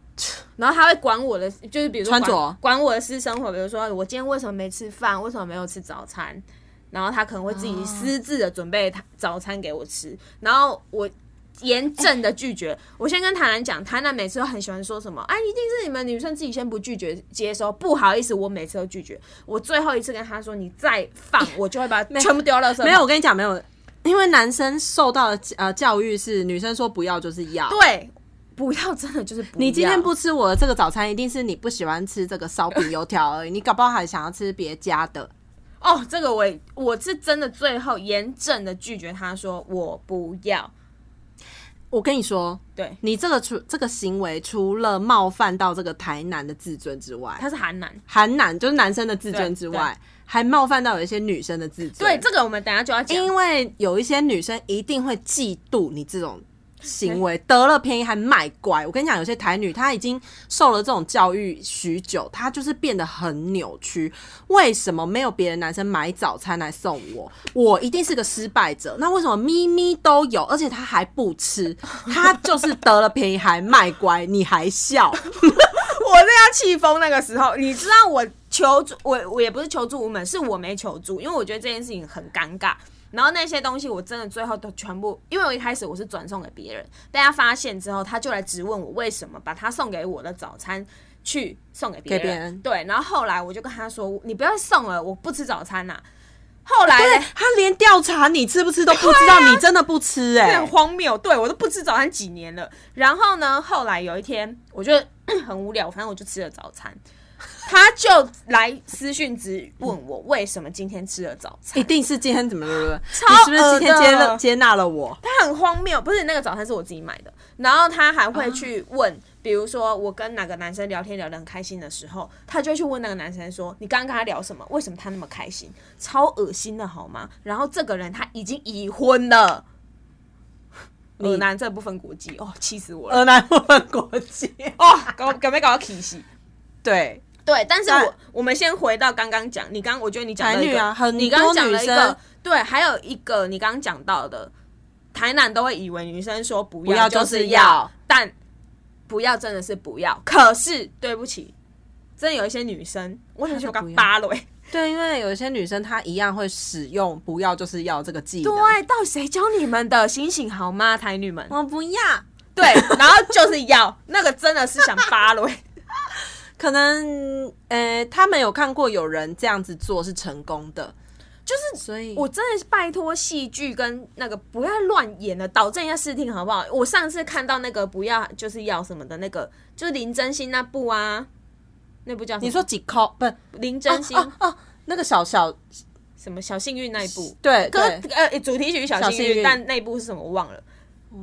Speaker 1: 然后他会管我的，就是比如说
Speaker 2: 穿着
Speaker 1: 管我的私生活，比如说我今天为什么没吃饭，为什么没有吃早餐，然后他可能会自己私自的准备早餐给我吃，然后我严正的拒绝。我先跟台南讲，台南每次都很喜欢说什么，哎，一定是你们女生自己先不拒绝接收，不好意思，我每次都拒绝。我最后一次跟他说，你再放，我就会把它全部丢到垃圾桶。
Speaker 2: 没有，我跟你讲，没有，因为男生受到的呃教育是女生说不要就是要，
Speaker 1: 对，不要真的就是不要。
Speaker 2: 你今天不吃我的这个早餐，一定是你不喜欢吃这个烧饼油条而已，你搞不好还想要吃别家的。
Speaker 1: 哦，这个我也我是真的最后严正的拒绝他说我不要。
Speaker 2: 我跟你说，
Speaker 1: 对
Speaker 2: 你这个除这个行为，除了冒犯到这个台南的自尊之外，
Speaker 1: 他是韩男，
Speaker 2: 韩男就是男生的自尊之外，还冒犯到有一些女生的自尊。
Speaker 1: 对，这个我们等一下就要讲，
Speaker 2: 因为有一些女生一定会嫉妒你这种行为，得了便宜还卖乖。我跟你讲，有些台女她已经受了这种教育许久，她就是变得很扭曲。为什么没有别的男生买早餐来送我？我一定是个失败者。那为什么咪咪都有，而且她还不吃？她就是得了便宜还卖乖，你还笑？
Speaker 1: 我是要气疯那个时候，你知道我求助，我我也不是求助无门，是我没求助，因为我觉得这件事情很尴尬。然后那些东西我真的最后都全部，因为我一开始我是转送给别人，被他发现之后，他就来质问我为什么把他送给我的早餐去送给别人。
Speaker 2: 给别人
Speaker 1: 对，然后后来我就跟他说：“你不要送了，我不吃早餐呐、啊。”后来
Speaker 2: 对他连调查你吃不吃都不知道，你真的不吃哎、欸，
Speaker 1: 很荒谬。对我都不吃早餐几年了。然后呢，后来有一天我就很无聊，反正我就吃了早餐。他就来私讯质问我为什么今天吃了早餐，
Speaker 2: 一定是今天怎么了？
Speaker 1: 超
Speaker 2: 你是不是今天接了接纳了我？
Speaker 1: 他很荒谬，不是那个早餐是我自己买的，然后他还会去问，比如说我跟哪个男生聊天聊得很开心的时候，他就会去问那个男生说：“你刚刚跟他聊什么？为什么他那么开心？”超恶心的好吗？然后这个人他已经已婚了。恶男这不分国籍哦，气死我了！
Speaker 2: 恶男不分国籍
Speaker 1: 哦，搞搞没搞到气死？
Speaker 2: 对。
Speaker 1: 对，但是我我们先回到刚刚讲，你刚我觉得你讲了一个，
Speaker 2: 啊、很
Speaker 1: 你刚刚讲了一个，对，还有一个你刚刚讲到的，台南都会以为女生说不要就是要，但不要真的是不要。可是对不起，真的有一些女生，我很喜欢跟扒了。
Speaker 2: 对，因为有一些女生她一样会使用不要就是要这个技能。
Speaker 1: 对，到底谁教你们的？醒醒好吗，台女们？
Speaker 2: 我不要。
Speaker 1: 对，然后就是要那个真的是想扒了。
Speaker 2: 可能呃，他们有看过有人这样子做是成功的，
Speaker 1: 就是
Speaker 2: 所以
Speaker 1: 我真的是拜托戏剧跟那个不要乱演了，导正一下视听好不好？我上次看到那个不要就是要什么的那个，就是林真心那部啊，那部叫什么？
Speaker 2: 你说几扣不是
Speaker 1: 林真心
Speaker 2: 哦、啊啊、那个小小
Speaker 1: 什么小幸运那一部？
Speaker 2: 对，
Speaker 1: 歌呃主题曲小幸运，
Speaker 2: 幸运
Speaker 1: 但那一部是什么我忘了。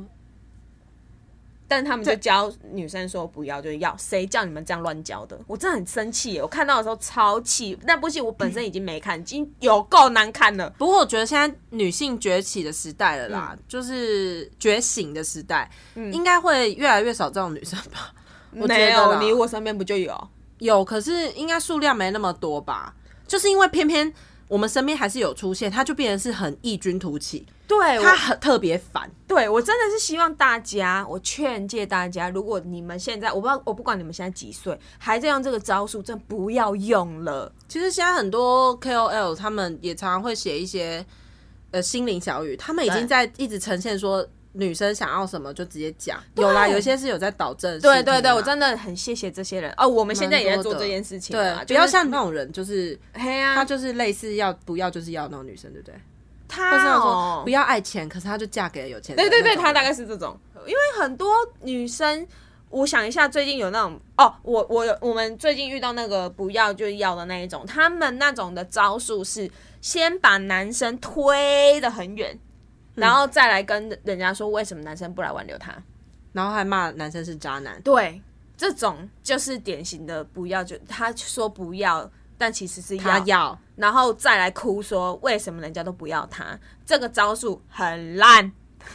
Speaker 1: 但他们就教女生说不要就是要，谁叫你们这样乱教的？我真的很生气耶！我看到的时候超气。那部戏我本身已经没看，已经有够难看了。
Speaker 2: 不过我觉得现在女性崛起的时代了啦，嗯、就是觉醒的时代，嗯、应该会越来越少这种女生吧？我觉得
Speaker 1: 没有，你我身边不就有？
Speaker 2: 有，可是应该数量没那么多吧？就是因为偏偏我们身边还是有出现，它就变成是很异军突起。
Speaker 1: 对，
Speaker 2: 他很特别烦。
Speaker 1: 对，我真的是希望大家，我劝诫大家，如果你们现在，我不知道，我不管你们现在几岁，还在用这个招数，真的不要用了。
Speaker 2: 其实现在很多 K O L 他们也常常会写一些呃心灵小语，他们已经在一直呈现说女生想要什么就直接讲。有啦，有些是有在导正。
Speaker 1: 对对对，我真的很谢谢这些人哦。我们现在也在做这件事情啦，
Speaker 2: 对，不要像那种人，就是他就是类似要不要就是要那种女生，对不对？
Speaker 1: 他
Speaker 2: 或是说不要爱钱，可是他就嫁给了有钱人。
Speaker 1: 对对对，他大概是这种。因为很多女生，我想一下，最近有那种哦，我我有我们最近遇到那个不要就要的那一种，他们那种的招数是先把男生推得很远，然后再来跟人家说为什么男生不来挽留他，
Speaker 2: 然后还骂男生是渣男。
Speaker 1: 对，这种就是典型的不要就他说不要。但其实是要，
Speaker 2: 他要，
Speaker 1: 然后再来哭说为什么人家都不要他，这个招数很烂，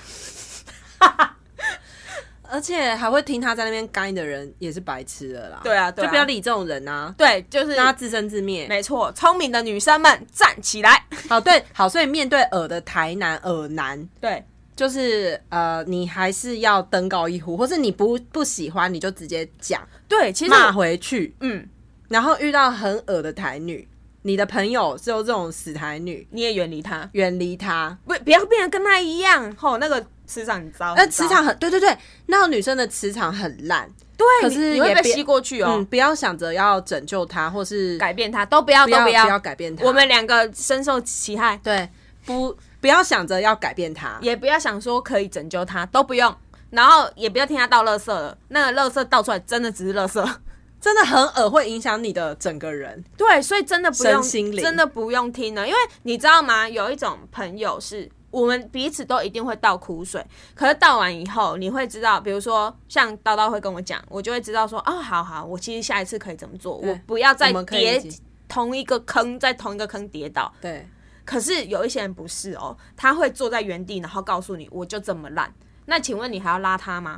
Speaker 2: 而且还会听他在那边干的人也是白痴了啦。
Speaker 1: 对啊，对啊，
Speaker 2: 就不要理这种人啊。
Speaker 1: 对，就是
Speaker 2: 让他自生自灭。
Speaker 1: 没错，聪明的女生们站起来。
Speaker 2: 好，对，好，所以面对恶的台男恶男，
Speaker 1: 对，
Speaker 2: 就是呃，你还是要登高一呼，或是你不不喜欢你就直接讲，
Speaker 1: 对，其实
Speaker 2: 骂回去，
Speaker 1: 嗯。
Speaker 2: 然后遇到很恶的台女，你的朋友只有这种死台女，
Speaker 1: 你也远离她，
Speaker 2: 远离她，
Speaker 1: 不不要变得跟她一样。吼，那个磁场很糟，
Speaker 2: 呃，磁场很对对对，那种女生的磁场很烂，
Speaker 1: 对，
Speaker 2: 可是
Speaker 1: 你会被吸过去哦。
Speaker 2: 嗯，不要想着要拯救她或是
Speaker 1: 改变她，都不要，
Speaker 2: 不要
Speaker 1: 都不要，
Speaker 2: 不要改变她。
Speaker 1: 我们两个深受其害，
Speaker 2: 对，不不要想着要改变她，
Speaker 1: 也不要想说可以拯救她，都不用。然后也不要听她倒垃圾了，那个垃圾倒出来真的只是垃圾。
Speaker 2: 真的很恶，会影响你的整个人。
Speaker 1: 对，所以真的不用，
Speaker 2: 身心灵
Speaker 1: 真的不用听了，因为你知道吗？有一种朋友是我们彼此都一定会倒苦水，可是倒完以后，你会知道，比如说像叨叨会跟我讲，我就会知道说，哦，好好，我其实下一次可以怎么做，我不要再跌同一个坑，在同一个坑跌倒。
Speaker 2: 对。
Speaker 1: 可是有一些人不是哦，他会坐在原地，然后告诉你，我就这么烂。那请问你还要拉他吗？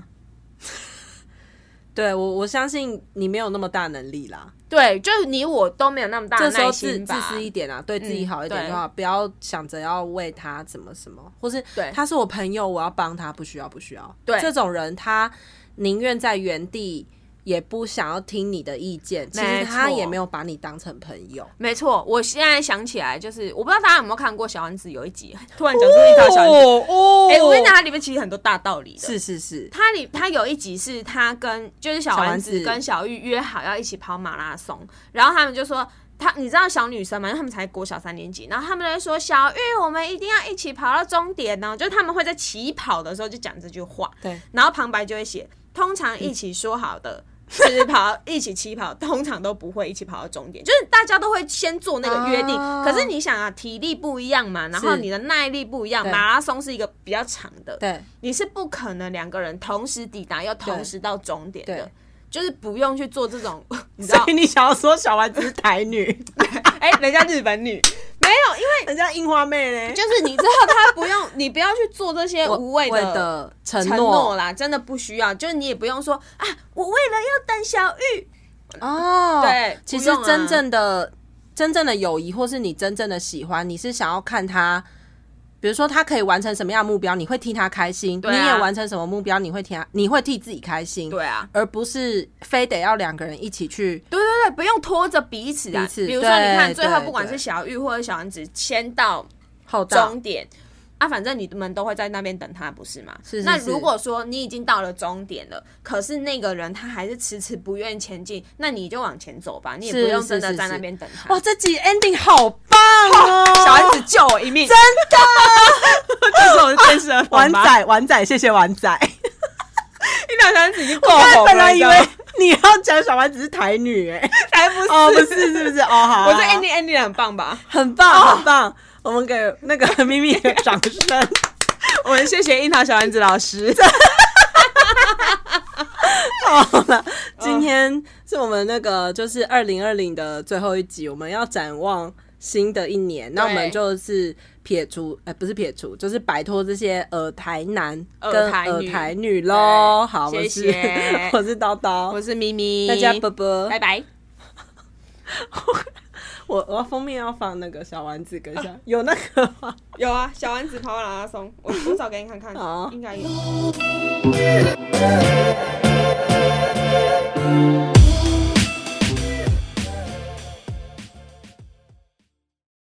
Speaker 2: 对，我我相信你没有那么大能力啦。
Speaker 1: 对，就是你我都没有那么大的耐心吧。
Speaker 2: 这时候自自私一点啊，对自己好一点的话，嗯、不要想着要为他怎么什么，或是他是我朋友，我要帮他，不需要不需要。对，这种人他宁愿在原地，也不想要听你的意见。其实他也没有把你当成朋友。没错，
Speaker 1: 我现在想起来，就是我不知道大家有没有看过小丸子有一集，突然讲出一条小丸子。哦，哎、欸，我跟你讲，它里面其实很多大道理的。
Speaker 2: 是是是，
Speaker 1: 它里它有一集是他跟就是小丸子跟小玉约好要一起跑马拉松，然后他们就说。他你知道小女生嘛？因为他们才国小三年级，然后他们就说小玉，我们一定要一起跑到终点呢。就是他们会在起跑的时候就讲这句话，对，然后旁白就会写，通常一起说好的。嗯就是跑一起起跑，通常都不会一起跑到终点，就是大家都会先做那个约定。啊、可是你想啊，体力不一样嘛，然后你的耐力不一样，马拉松是一个比较长的，对，你是不可能两个人同时抵达，要同时到终点的。就是不用去做这种，你知道？
Speaker 2: 所以你想要说小丸子是台女？
Speaker 1: 哎、欸，人家日本女没有，因为
Speaker 2: 人家樱花妹嘞。
Speaker 1: 就是你知道，她不用，你不要去做这些无谓的,
Speaker 2: 的承
Speaker 1: 诺啦，真的不需要。就是你也不用说啊，我为了要等小玉
Speaker 2: 哦。对，其实真正的、
Speaker 1: 啊、
Speaker 2: 真正的友谊，或是你真正的喜欢，你是想要看她。比如说他可以完成什么样的目标，你会替他开心；啊、你也完成什么目标，你会替他，你会替自己开心。对啊，而不是非得要两个人一起去。
Speaker 1: 对对对，不用拖着彼此啊。彼此比如说，你看最后不管是小玉或者小丸子先到终点啊，反正你们都会在那边等他，不是吗？是是是。那如果说你已经到了终点了，可是那个人他还是迟迟不愿前进，那你就往前走吧，你也不用真的在那边等他。
Speaker 2: 哇，这集 ending 好棒哦！
Speaker 1: 小丸子救我一命，
Speaker 2: 真的，
Speaker 1: 这是我的天使儿童
Speaker 2: 丸仔，丸仔，谢谢丸仔。
Speaker 1: 一条小丸子已经够红了。
Speaker 2: 我本来以为你要讲小丸子是台女、欸，哎，
Speaker 1: 才不是，
Speaker 2: 哦，不是，是不是？哦，好，好，
Speaker 1: 我这 ending ending 很棒吧？
Speaker 2: 很棒，很棒。我们给那个咪咪的掌声。
Speaker 1: 我们谢谢樱桃小丸子老师。
Speaker 2: 好了，今天是我们那个就是二零二零的最后一集，我们要展望新的一年。那我们就是撇除，哎、欸，不是撇除，就是摆脱这些耳台男跟耳台女咯。好，
Speaker 1: 谢谢，
Speaker 2: 我是叨叨，
Speaker 1: 我是咪咪，
Speaker 2: 大家啵啵，
Speaker 1: 拜拜。
Speaker 2: 我我要封面要放那个小丸子跟小、啊、有那个吗？
Speaker 1: 有啊，小丸子跑马拉松，我我找给你看看，应该有。